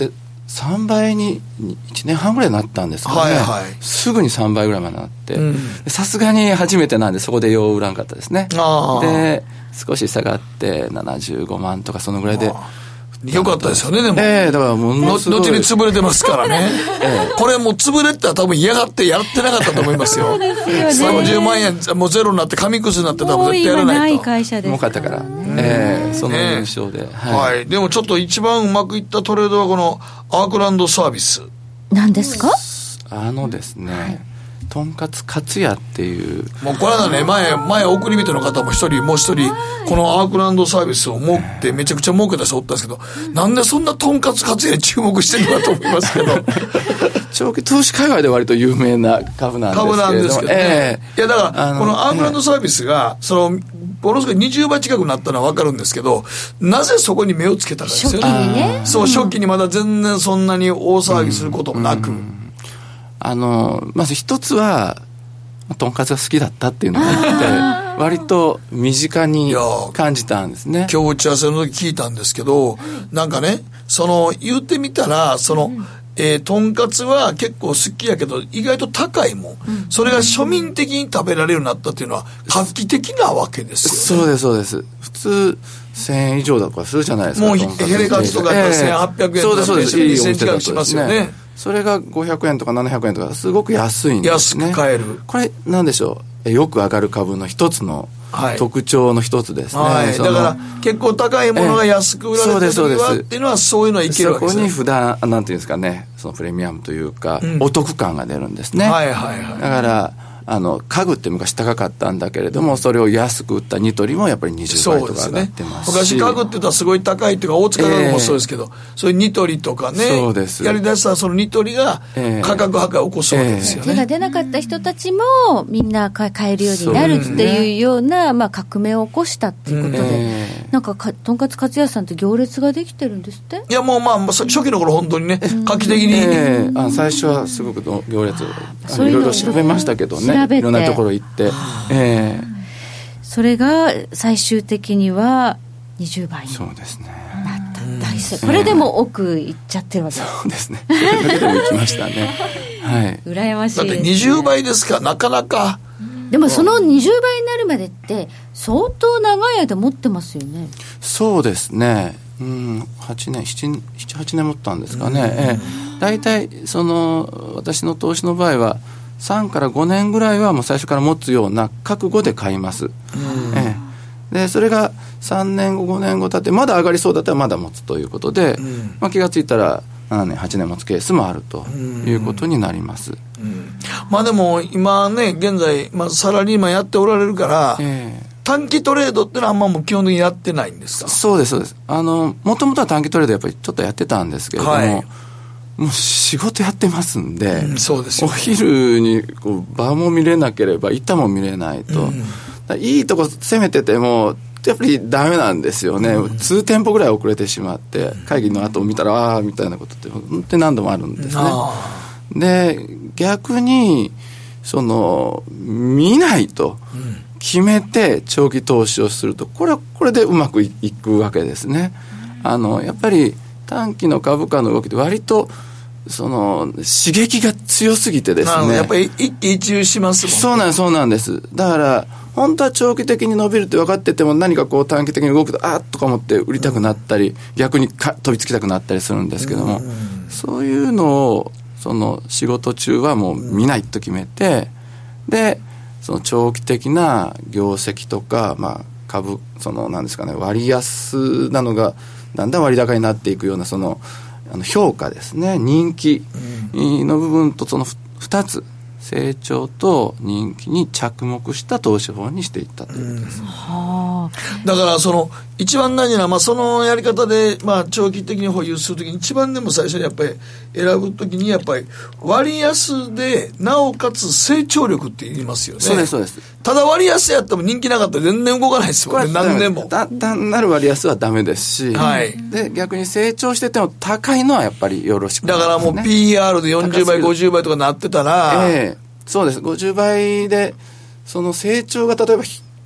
S9: 3倍に1年半ぐらいになったんですけどね、すぐに3倍ぐらいまでなって、さすがに初めてなんでそこでよう売らんかったですね。で少し下がって75万とかそのぐらいで
S2: よかったですよね。でも、
S9: だからものすごい
S2: 後に潰れてますからね、これもう潰れてたら多分嫌がってやってなかったと思いますよ。30万円もうゼロになって紙くずになって多分絶対やらないと。
S3: 会社です
S9: 儲かったから、その印象で、
S2: でもちょっと一番うまくいったトレードはこのアークランドサービス。
S3: 何ですか？
S9: ですね、とんかつかつやっていう、
S2: もうこれはね、前送り人の方ももう一人このアークランドサービスを持ってめちゃくちゃ儲けた人おったんですけど、なんでそんなとんかつかつやに注目してるのかと思いますけど
S9: 長期投資界隈で割と有名な株なんですけどね。
S2: いやだからこのアークランドサービスがものすごい20倍近くなったのは分かるんですけど、なぜそこに目をつけたかですよね。
S3: 初期にね。
S2: そう、初期にまだ全然そんなに大騒ぎすることもなく、
S9: まず一つはとんかつが好きだったっていうのがあって割と身近に感じたんですね。
S2: 今日打ち合わせの時聞いたんですけど、なんかね、言ってみたらとんかつは結構好きやけど意外と高いもん、それが庶民的に食べられるようになったっていうのは画期的なわけですよね。
S9: そうです普通1000円以上だとかするじゃないですか。
S2: もうヘレカツとかやったら1800円とか
S9: そうです
S2: 2000円近くしますよね。
S9: それが500円とか700円とかすごく安いんですね。
S2: 安く買える。
S9: これなんでしょう、よく上がる株の一つの特徴の一つですね。
S2: だから結構高いものが安く売られてる時はっていうのはそういうのはいけるわけですよ。
S9: そこに普段なんていうんですかね、そのプレミアムというか、お得感が出るんですね。だから家具って昔高かったんだけれども、それを安く売ったニトリもやっぱり20倍とか上がってますし、
S2: 昔家具って言ったらすごい高いっていうか大塚家具もそうですけど、そういうニトリとかね、やりだしたらそのニトリが価格破壊を起こすわけですよね。
S3: 手が出なかった人たちもみんな買えるようになるっていうような、革命を起こしたっていうことで、なんかとんかつかつやさんって行列ができてるんですって。
S2: いやもう初期の頃本当にね、画期的に、
S9: 最初はすごく行列いろいろ調べましたけどね、いろんなところ行って、
S3: それが最終的には20倍になった。大成功。これでも奥行っちゃってるわけです。
S9: そうですね、それだけでも行きましたね
S3: 羨ましい。
S2: だって20倍ですか、なかなか。
S3: でもその20倍になるまでって相当長い間持ってますよね。
S9: そうですね、8年持ったんですかね。だいたい私の投資の場合は3から5年ぐらいはもう最初から持つような覚悟で買います。でそれが3年後5年後経ってまだ上がりそうだったらまだ持つということで、気がついたら7年8年持つケースもあるということになります。
S2: でも今ね現在、サラリーマンやっておられるから、短期トレードってのはあんまもう基本的にやってないんですか？
S9: そうですもともとは短期トレードやっぱりちょっとやってたんですけれども、もう仕事やってますんで、
S2: そうですよね、
S9: お昼に場も見れなければ板も見れないと、いいとこ攻めててもやっぱりダメなんですよね。数店舗ぐらい遅れてしまって会議の後を見たらみたいなことって本当に何度もあるんですね。で逆に見ないと決めて長期投資をするとこれでうまくいくわけですね。やっぱり短期の株価の動きって割と刺激が強すぎてですね、
S2: やっぱり一喜一憂しますもんね。
S9: そうなんです。だから本当は長期的に伸びるって分かってても何か短期的に動くととか思って売りたくなったり、逆に飛びつきたくなったりするんですけども、そういうのを仕事中はもう見ないと決めて、で長期的な業績とか、株なんですかね、割安なのがだんだん割高になっていくような評価ですね、人気の部分と2つ、成長と人気に着目した投資法にしていったということです。
S2: だから一番大事な、そのやり方で、長期的に保有するときに一番でも最初にやっぱり選ぶときにやっぱり割安でなおかつ成長力って言いますよね。
S9: そうです。
S2: ただ割安やっても人気なかったら全然動かないですもんね。何年も
S9: 単なる割安はダメですし、で逆に成長してても高いのはやっぱりよろしくないですね。
S2: だからもう PR で40倍50倍とかなってたら、
S9: そうです。50倍で成長が例えば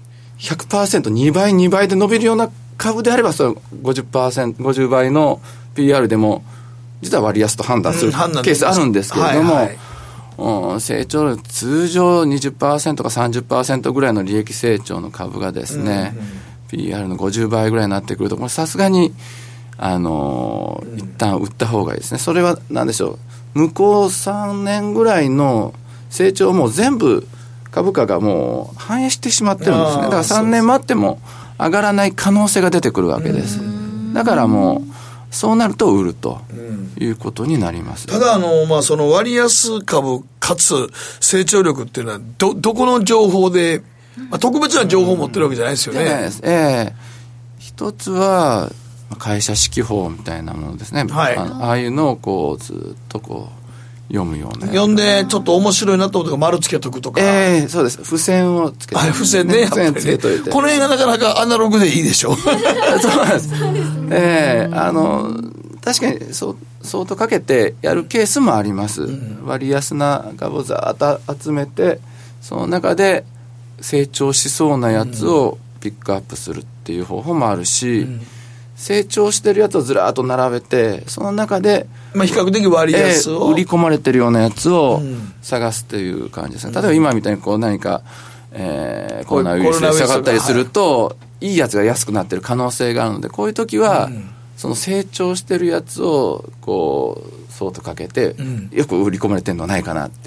S9: 100%、2倍で伸びるような株であれば50倍の PR でも実は割安と判断するケースあるんですけれども、成長率通常 20% か 30% ぐらいの利益成長の株がですね、PR の50倍ぐらいになってくると、さすがに一旦売った方がいいですね。それは何でしょう、向こう3年ぐらいの成長をもう全部株価がもう反映してしまってるんですね。だから3年待っても上がらない可能性が出てくるわけです。だからもうそうなると売るということになります。
S2: ただその割安株かつ成長力っていうのはどこの情報で、特別な情報を持ってるわけじゃないですよね。
S9: 一つは会社指揮法みたいなものですね、ああいうのをこうずっとこう読むような、
S2: 読んでちょっと面白いなと思って丸つけとくとか、
S9: そうです、付箋をつけて、
S2: 付箋ね、やっぱりね、この辺がなかなかアナログでいいでしょそう
S9: なんです確かに相当かけてやるケースもあります、割安な株をざーっと集めて、その中で成長しそうなやつをピックアップするっていう方法もあるし、成長してるやつをずらーっと並べて、その中で、
S2: 比較的割安を、
S9: 売り込まれてるようなやつを探すという感じですね。例えば今みたいにこう何か、コロナウイルスで下がったりすると、いいやつが安くなってる可能性があるので、こういう時は、その成長してるやつをこう相当かけて、よく売り込まれてるのないかなっていう、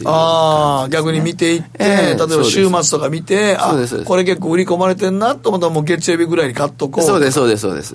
S2: 逆に見ていって、例えば週末とか見て、これ結構売り込まれてんなと思ったらもう月曜日ぐらいに買っとこう。
S9: そうです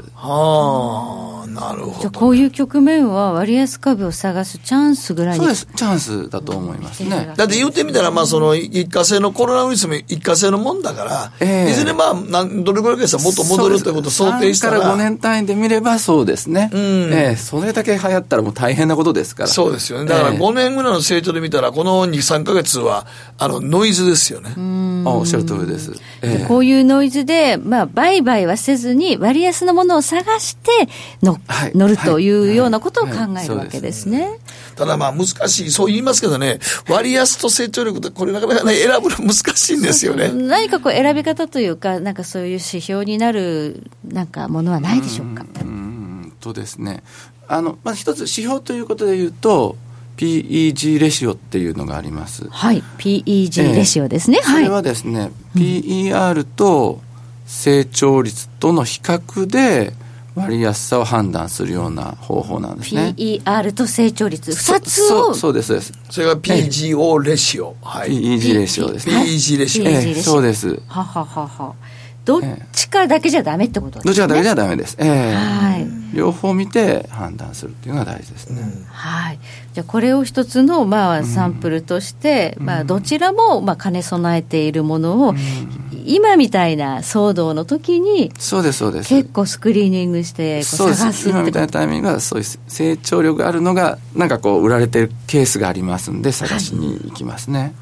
S2: なるほど。
S3: じゃあこういう局面は割安株を探すチャンスぐらいに。
S9: そうです、チャンスだと思いますね。
S2: だって言ってみたら、その一過性のコロナウイルスも一過性のもんだから、いずれどれぐらいかしたらもっと戻るということを想定したら、
S9: 3から5年単位で見ればそうですね、それだけ流行ったらもう大変なことですから。
S2: そうですよね。だから5年ぐらいの成長で見たら、この2、3ヶ月はノイズですよね。
S9: おっしゃる通りです。
S3: こういうノイズで、売買はせずに割安なものを探して乗るというようなことを考えるわけですね。
S2: ただ難しい、そう言いますけどね、割安と成長力ってこれなかなかね、選ぶの難しいんですよね。
S3: 何かこう選び方というか、なんかそういう指標になるなんかものはないでしょうか。
S9: とですね、まず一つ指標ということで言うと PEG レシオっていうのがあります。
S3: はい、PEG レシオですね。
S9: それはですね、PER と成長率との比較で割安さを判断するような方法なんですね。
S3: PER と成長率2つを。
S9: そうですそうです。
S2: それが PGO レシオ、
S9: PEG レシオですね。
S2: PEG レシオ、
S9: そうです。
S3: どっちかだけじゃダメってことですね。
S9: どっちかだけじゃダメです。両方見て判断するっていうのが大事ですね。
S3: じゃあこれを一つのサンプルとして、どちらも兼ね備えているものを、今みたいな騒動の時に
S9: そうですそうです、
S3: 結構スクリーニングして探すってこと。
S9: 今みたいなタイミングがそういう成長力があるのがなんかこう売られてるケースがありますんで、探しに行きますね。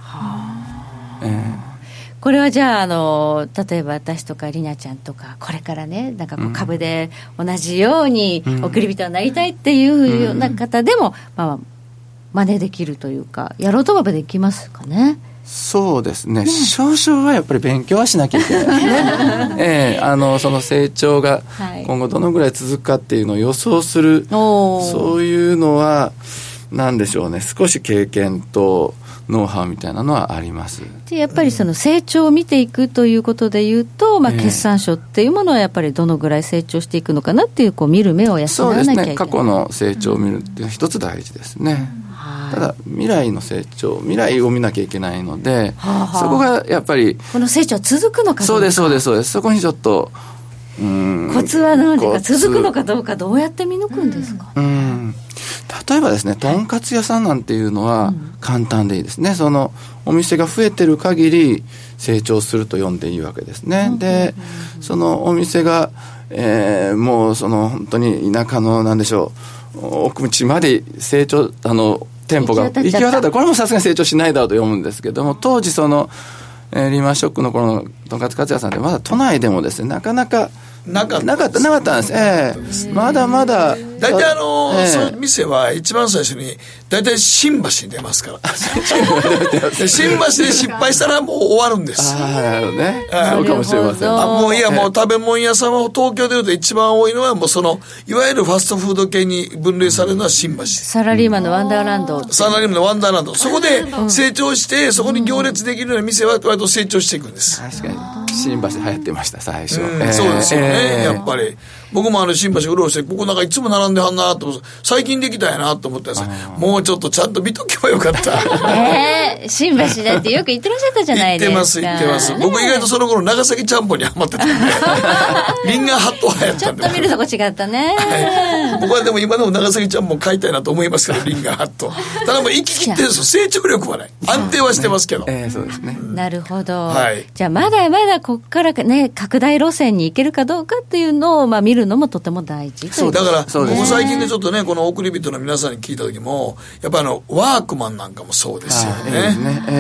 S3: これはじゃあ例えば私とか里奈ちゃんとかこれからね、なんかこう株で同じように送り人になりたいっていうような方でも、真似できるというか、やろうと思えばできますかね。
S9: そうですね、少々はやっぱり勉強はしなきゃいけないですね。その成長が今後どのぐらい続くかっていうのを予想する、そういうのは何でしょうね、少し経験とノウハウみたいなのはあります。
S3: でやっぱりその成長を見ていくということでいうと、決算書っていうものはやっぱりどのぐらい成長していくのかなっていう見る目を養わなきゃいけない。
S9: そうですね、過去の成長を見るっていうのは一つ大事ですね。ただ未来の成長、未来を見なきゃいけないので、そこがやっぱり
S3: この成長は続くのかどうか。
S9: そうですそうですそうです。そこにちょっと
S3: コツは何ですか。続くのかどうかどうやって見抜くんですか。
S9: 例えばですね、とんかつ屋さんなんていうのは簡単でいいですね。そのお店が増えてる限り成長すると読んでいいわけですね。でそのお店が、もうその本当に田舎のなんでしょう、奥地まで成長店舗が行き渡ったら、これもさすがに成長しないだろうと読むんですけども、当時その、リーマンショックの頃のとんかつかつ屋さんってまだ都内でもですね、なかなかなかったんです。まだまだ
S2: 大体その店は一番最初に大体新橋に出ますから新橋で失敗したらもう終わるんです。
S9: なるほどね。そうかもしれません。
S2: もういや、もう食べ物屋さんは東京でいうと一番多いのはもうそのいわゆるファストフード系に分類されるのは新橋。
S3: サラリーマンのワンダーランド。
S2: サラリーマンのワンダーランド。そこで成長してそこに行列できるような店は割と成長していくんです。
S9: 確かに新橋で流行ってました最初。
S2: そうですよね、やっぱり。僕も新橋うろうろしてここなんかいつも並んではんなと思って最近できたんやなと思ったんです。もうちょっとちゃんと見とけばよかった。
S3: 新橋だってよく行ってらっしゃったじゃないですか。
S2: 行ってます。僕意外とその頃長崎ちゃんぽんにハマってたんでリンガーハットは流行ったんで
S3: ちょっと見るとこ違ったね、
S2: 僕はでも今でも長崎ちゃんぽん買いたいなと思いますけどリンガーハットただもう生き切ってるんですよ。成長力はない。安定はしてますけど、
S9: そうですね。
S3: なるほど、じゃあまだまだここからね拡大路線に行けるかどうかっていうのを見るのもとても大事。
S2: そうだから僕最近でちょっとねこの送り人の皆さんに聞いた時もやっぱワークマンなんかもそうですよね。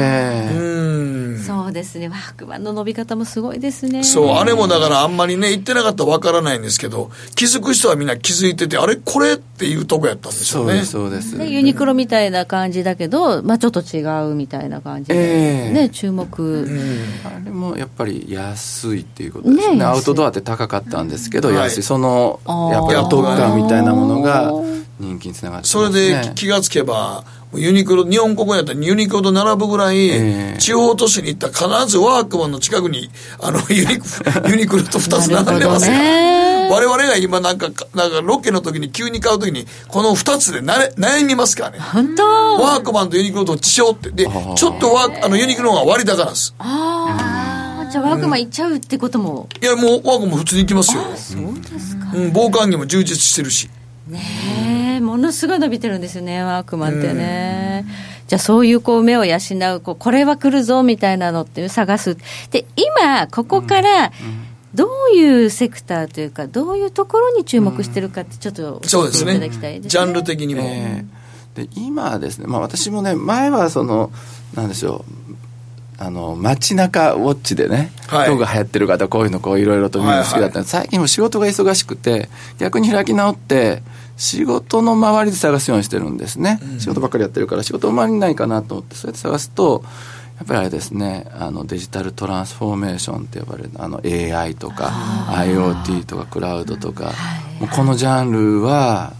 S3: そうですね。ワークマンの伸び方もすごいですね。
S2: そうあれもだからあんまりね言ってなかったらわからないんですけど気づく人はみんな気づいててあれこれっていうとこやったんでしょうね。
S9: そうです
S3: でユニクロみたいな感じだけど、ちょっと違うみたいな感じで、ね注目、
S9: あれもやっぱり安いっていうことですね。アウトドアって高かったんですけど、安いそのやっぱりお得感みたいなものが人気につながってますね。
S2: それで気がつけばユニクロ日本国やったらユニクロと並ぶぐらい、地方都市に行ったら必ずワークマンの近くにユニクロと2つ並んでますから我々が今なんかロケの時に急に買う時にこの2つで悩みますからね。
S3: 本当
S2: ワークマンとユニクロどっちしようってでちょっとユニクロが割高なんです。
S3: じゃあワークマン行っちゃうってことも、
S2: いやもうワークマン普通に行きますよ。
S3: そうですか、
S2: 防寒着も充実してるし
S3: ねえ、ものすごい伸びてるんですよねワークマンってね。じゃあそういう目を養うこれは来るぞみたいなのって探す。で今ここからどういうセクターというかどういうところに注目してるかってちょっと教えていただきたいですね。
S2: ジャンル的にも、
S9: で今ですね、私もね前はなんでしょう街中ウォッチでね、どうが流行ってる方こういうのいろいろと見るの好きだったんです、最近も仕事が忙しくて逆に開き直って仕事の周りで探すようにしてるんですね、仕事ばっかりやってるから仕事周りにないかなと思ってそうやって探すとやっぱりあれですねデジタルトランスフォーメーションって呼ばれるAI とか IoT とかクラウドとか、もうこのジャンルは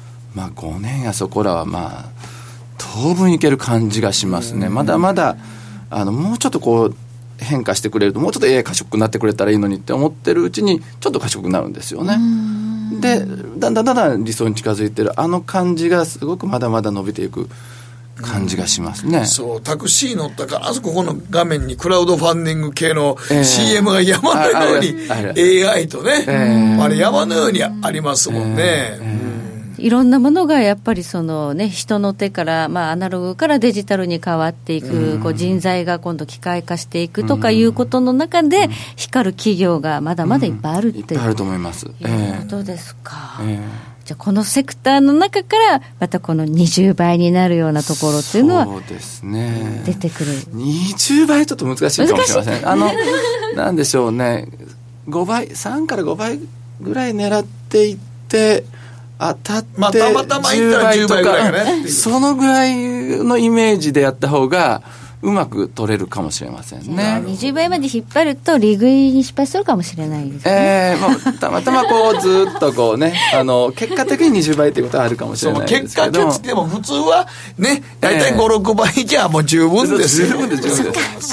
S9: 5年やそこらは当分いける感じがしますね。まだまだもうちょっと変化してくれるともうちょっと AI 賢くなってくれたらいいのにって思ってるうちにちょっと賢くなるんですよね。でだんだん理想に近づいてる感じがすごくまだまだ伸びていく感じがしますね。
S2: そうタクシー乗ったからあそこの画面にクラウドファンディング系の CM が山のように AI とね、あれ山のようにありますもんね。
S3: いろんなものがやっぱり人の手から、アナログからデジタルに変わっていく、人材が今度機械化していくとかいうことの中で、光る企業がまだまだいっぱいあるっていう、
S9: いっぱいあると思います。
S3: いうことですか。じゃあこのセクターの中からまたこの20倍になるようなところっていうのは
S9: そうですね、
S3: 出てくる。
S9: 20倍ちょっと難しいかもしれません。なんでしょうね、5倍3から5倍ぐらい狙っていって当たって
S2: たまたまいったら10倍ぐらいがね、
S9: そのぐらいのイメージでやった方がうまく取れるかもしれませんね。
S3: 20倍まで引っ張ると利食いに失敗するかもしれないですね。
S9: たまたまずっとね結果的に20倍ということはあるかもしれないですけど、
S2: 結果ってでも普通はね大体 5,6 倍じゃもう十分ですよ。十分です。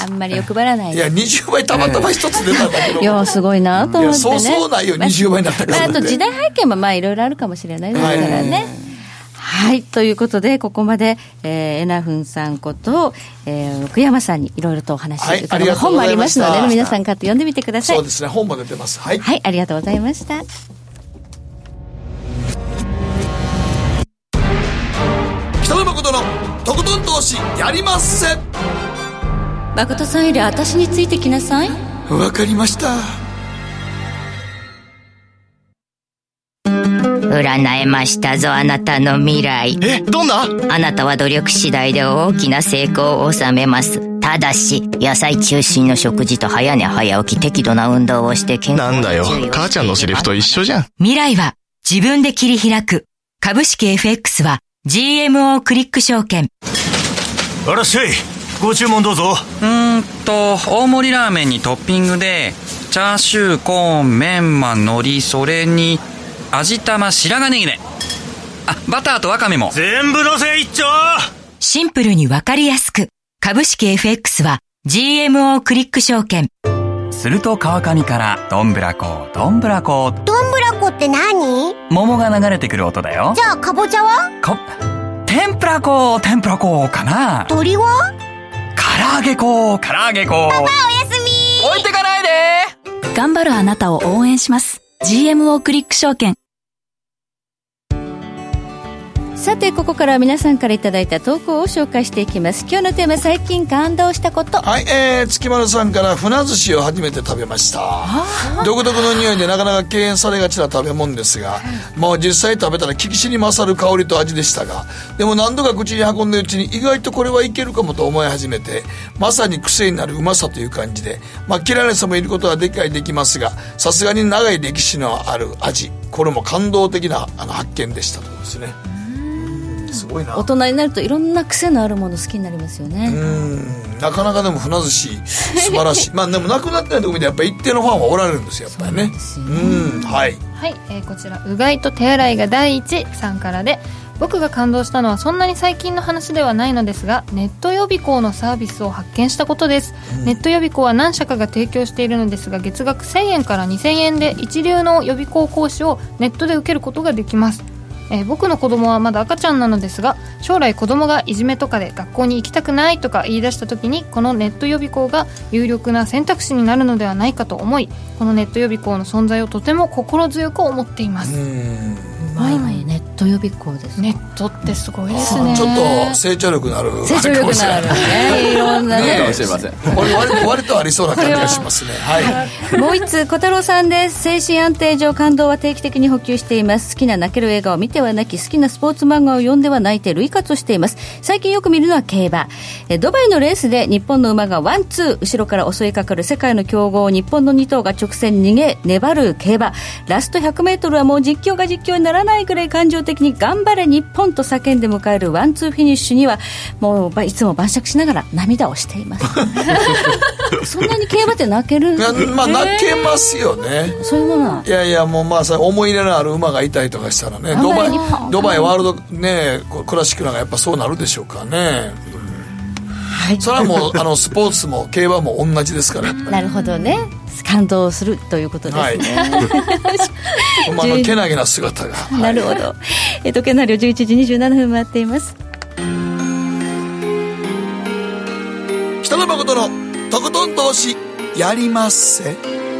S3: あんまり欲張らない。
S2: いや20倍たまたま一つ出たんだけど、
S3: いやすごいなと思ってね。
S2: そうないよ20倍になったから、
S3: あと時代背景もいろいろあるかもしれないですからね。はい、ということでここまで、エナフンさんこと、奥山さんにいろいろとお話を伺う、本もありますので、皆さん買って読んでみてください。
S2: そうですね、本も出てます。はい、
S3: ありがとうございました。
S2: 北野誠のとことん投資やりまっせ。
S3: 誠さんより私についてきなさい。
S2: わかりました。
S10: 占えましたぞ、あなたの未来。
S11: どんな？
S10: あなたは努力次第で大きな成功を収めます。ただし野菜中心の食事と早寝早起き、適度な運動をして健康に注意をして。
S11: なんだよ、母ちゃんのセリフと一緒じゃん。
S6: 未来は自分で切り開く。 株式 FX は GMO クリック証券。
S11: いらっしゃい。ご注文どうぞ。
S7: 大盛りラーメンにトッピングでチャーシュー、コーン、メンマ、海苔、それに味玉、白髪ネギね。あ、バターとワカメも
S11: 全部のせ一丁。
S6: シンプルにわかりやすく、株式 FX は GMO クリック証券。
S7: すると川上からどんぶらこどんぶらこ。
S12: どんぶらこって何？
S7: 桃が流れてくる音だよ。
S12: じゃあかぼちゃは？
S7: 天ぷらこ天ぷらこかな。
S12: 鳥は？
S7: 唐揚げこ唐揚げこ。
S12: パパおやすみ。
S7: 置いてかないで。
S13: 頑張るあなたを応援します。 GMO クリック証券。
S3: さてここからは皆さんからいただいた投稿を紹介していきます。今日のテーマ、最近感動したこと。
S2: はい、月丸さんから船寿司を初めて食べました。独特の匂いでなかなか敬遠されがちな食べ物ですが、もう実際食べたら聞きしに勝る香りと味でしたが、でも何度か口に運んでるうちに意外とこれはいけるかもと思い始めて、まさに癖になるうまさという感じで、嫌いな人もいることは理解できますが、さすがに長い歴史のある味、これも感動的な発見でしたというですね。すごいな。
S3: 大人になるといろんな癖のあるもの好きになりますよね。
S2: なかなかでも船寿司素晴らしい。でもなくなってないとこ見てやっぱり一定のファンはおられるんですよ、やっぱりね。はい、
S1: はいこちらうがいと手洗いが第一さんからで、僕が感動したのはそんなに最近の話ではないのですが、ネット予備校のサービスを発見したことです。ネット予備校は何社かが提供しているのですが、月額1000円から2000円で一流の予備校講師をネットで受けることができます。僕の子供はまだ赤ちゃんなのですが、将来子供がいじめとかで学校に行きたくないとか言い出した時に、このネット予備校が有力な選択肢になるのではないかと思い、このネット予備校の存在をとても心強く思っています。
S3: ネット予備校です。
S1: ネットってすごいですね。
S2: ちょっと成長力のある
S3: 成長力のあるね、いろんなね、
S9: かもしれません。
S2: 割とありそうな感じがしますね。はい、
S3: もう一つ小太郎さんです。精神安定上感動は定期的に補給しています。好きな泣ける映画を見ては泣き、好きなスポーツ漫画を読んでは泣いて類活をしています。最近よく見るのは競馬。ドバイのレースで日本の馬がワンツー後ろから襲いかかる世界の強豪日本の2頭が直線逃げ粘る競馬。ラスト 100m はもう実況が実況にならないくらい感情的に頑張れ日本と叫んで迎えるワンツーフィニッシュにはもういつも晩酌しながら涙をしていますそんなに競馬って泣ける？
S2: 泣けますよね。
S3: そういうものは。
S2: いやもう思い入れのある馬がいたりとかしたらね、ドバイワールドねクラシックなんかやっぱそうなるでしょうかね。それはもうスポーツも競馬も同じですから
S3: なるほどね、感動するということですね、
S2: 馬のけなげな姿が、
S3: なるほど。時計の針を11時27分回っています。
S2: 北野誠のとことん投資やりまっせ。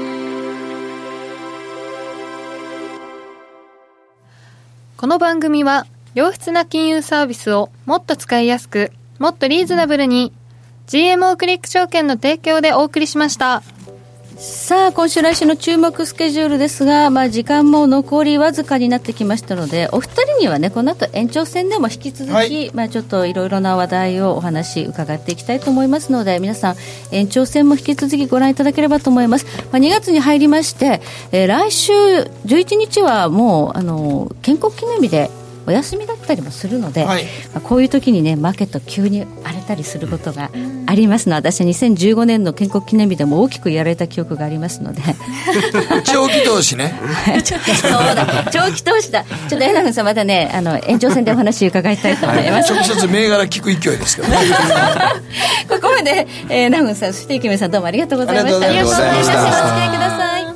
S1: この番組は良質な金融サービスをもっと使いやすく、もっとリーズナブルに GMO クリック証券の提供でお送りしました。
S3: さあ今週来週の注目スケジュールですが、時間も残りわずかになってきましたので、お二人にはねこの後延長戦でも引き続き、ちょっといろいろな話題をお話伺っていきたいと思いますので、皆さん延長戦も引き続きご覧いただければと思います。2月に入りまして、来週11日はもう建国記念日でお休みだったりもするので、こういう時にねマーケット急に荒れたりすることがありますので、私は2015年の建国記念日でも大きくやられた記憶がありますので
S2: 長期投資ね
S3: そうだ長期投資だ。ちょっと江永さんまたね延長戦でお話伺いたいと思います、
S2: 直接銘柄聞く勢いですけどね
S3: ここまで、永さんそして池見さんどうもありがとうございました。
S2: ありがとうございました。
S3: お付き合いください。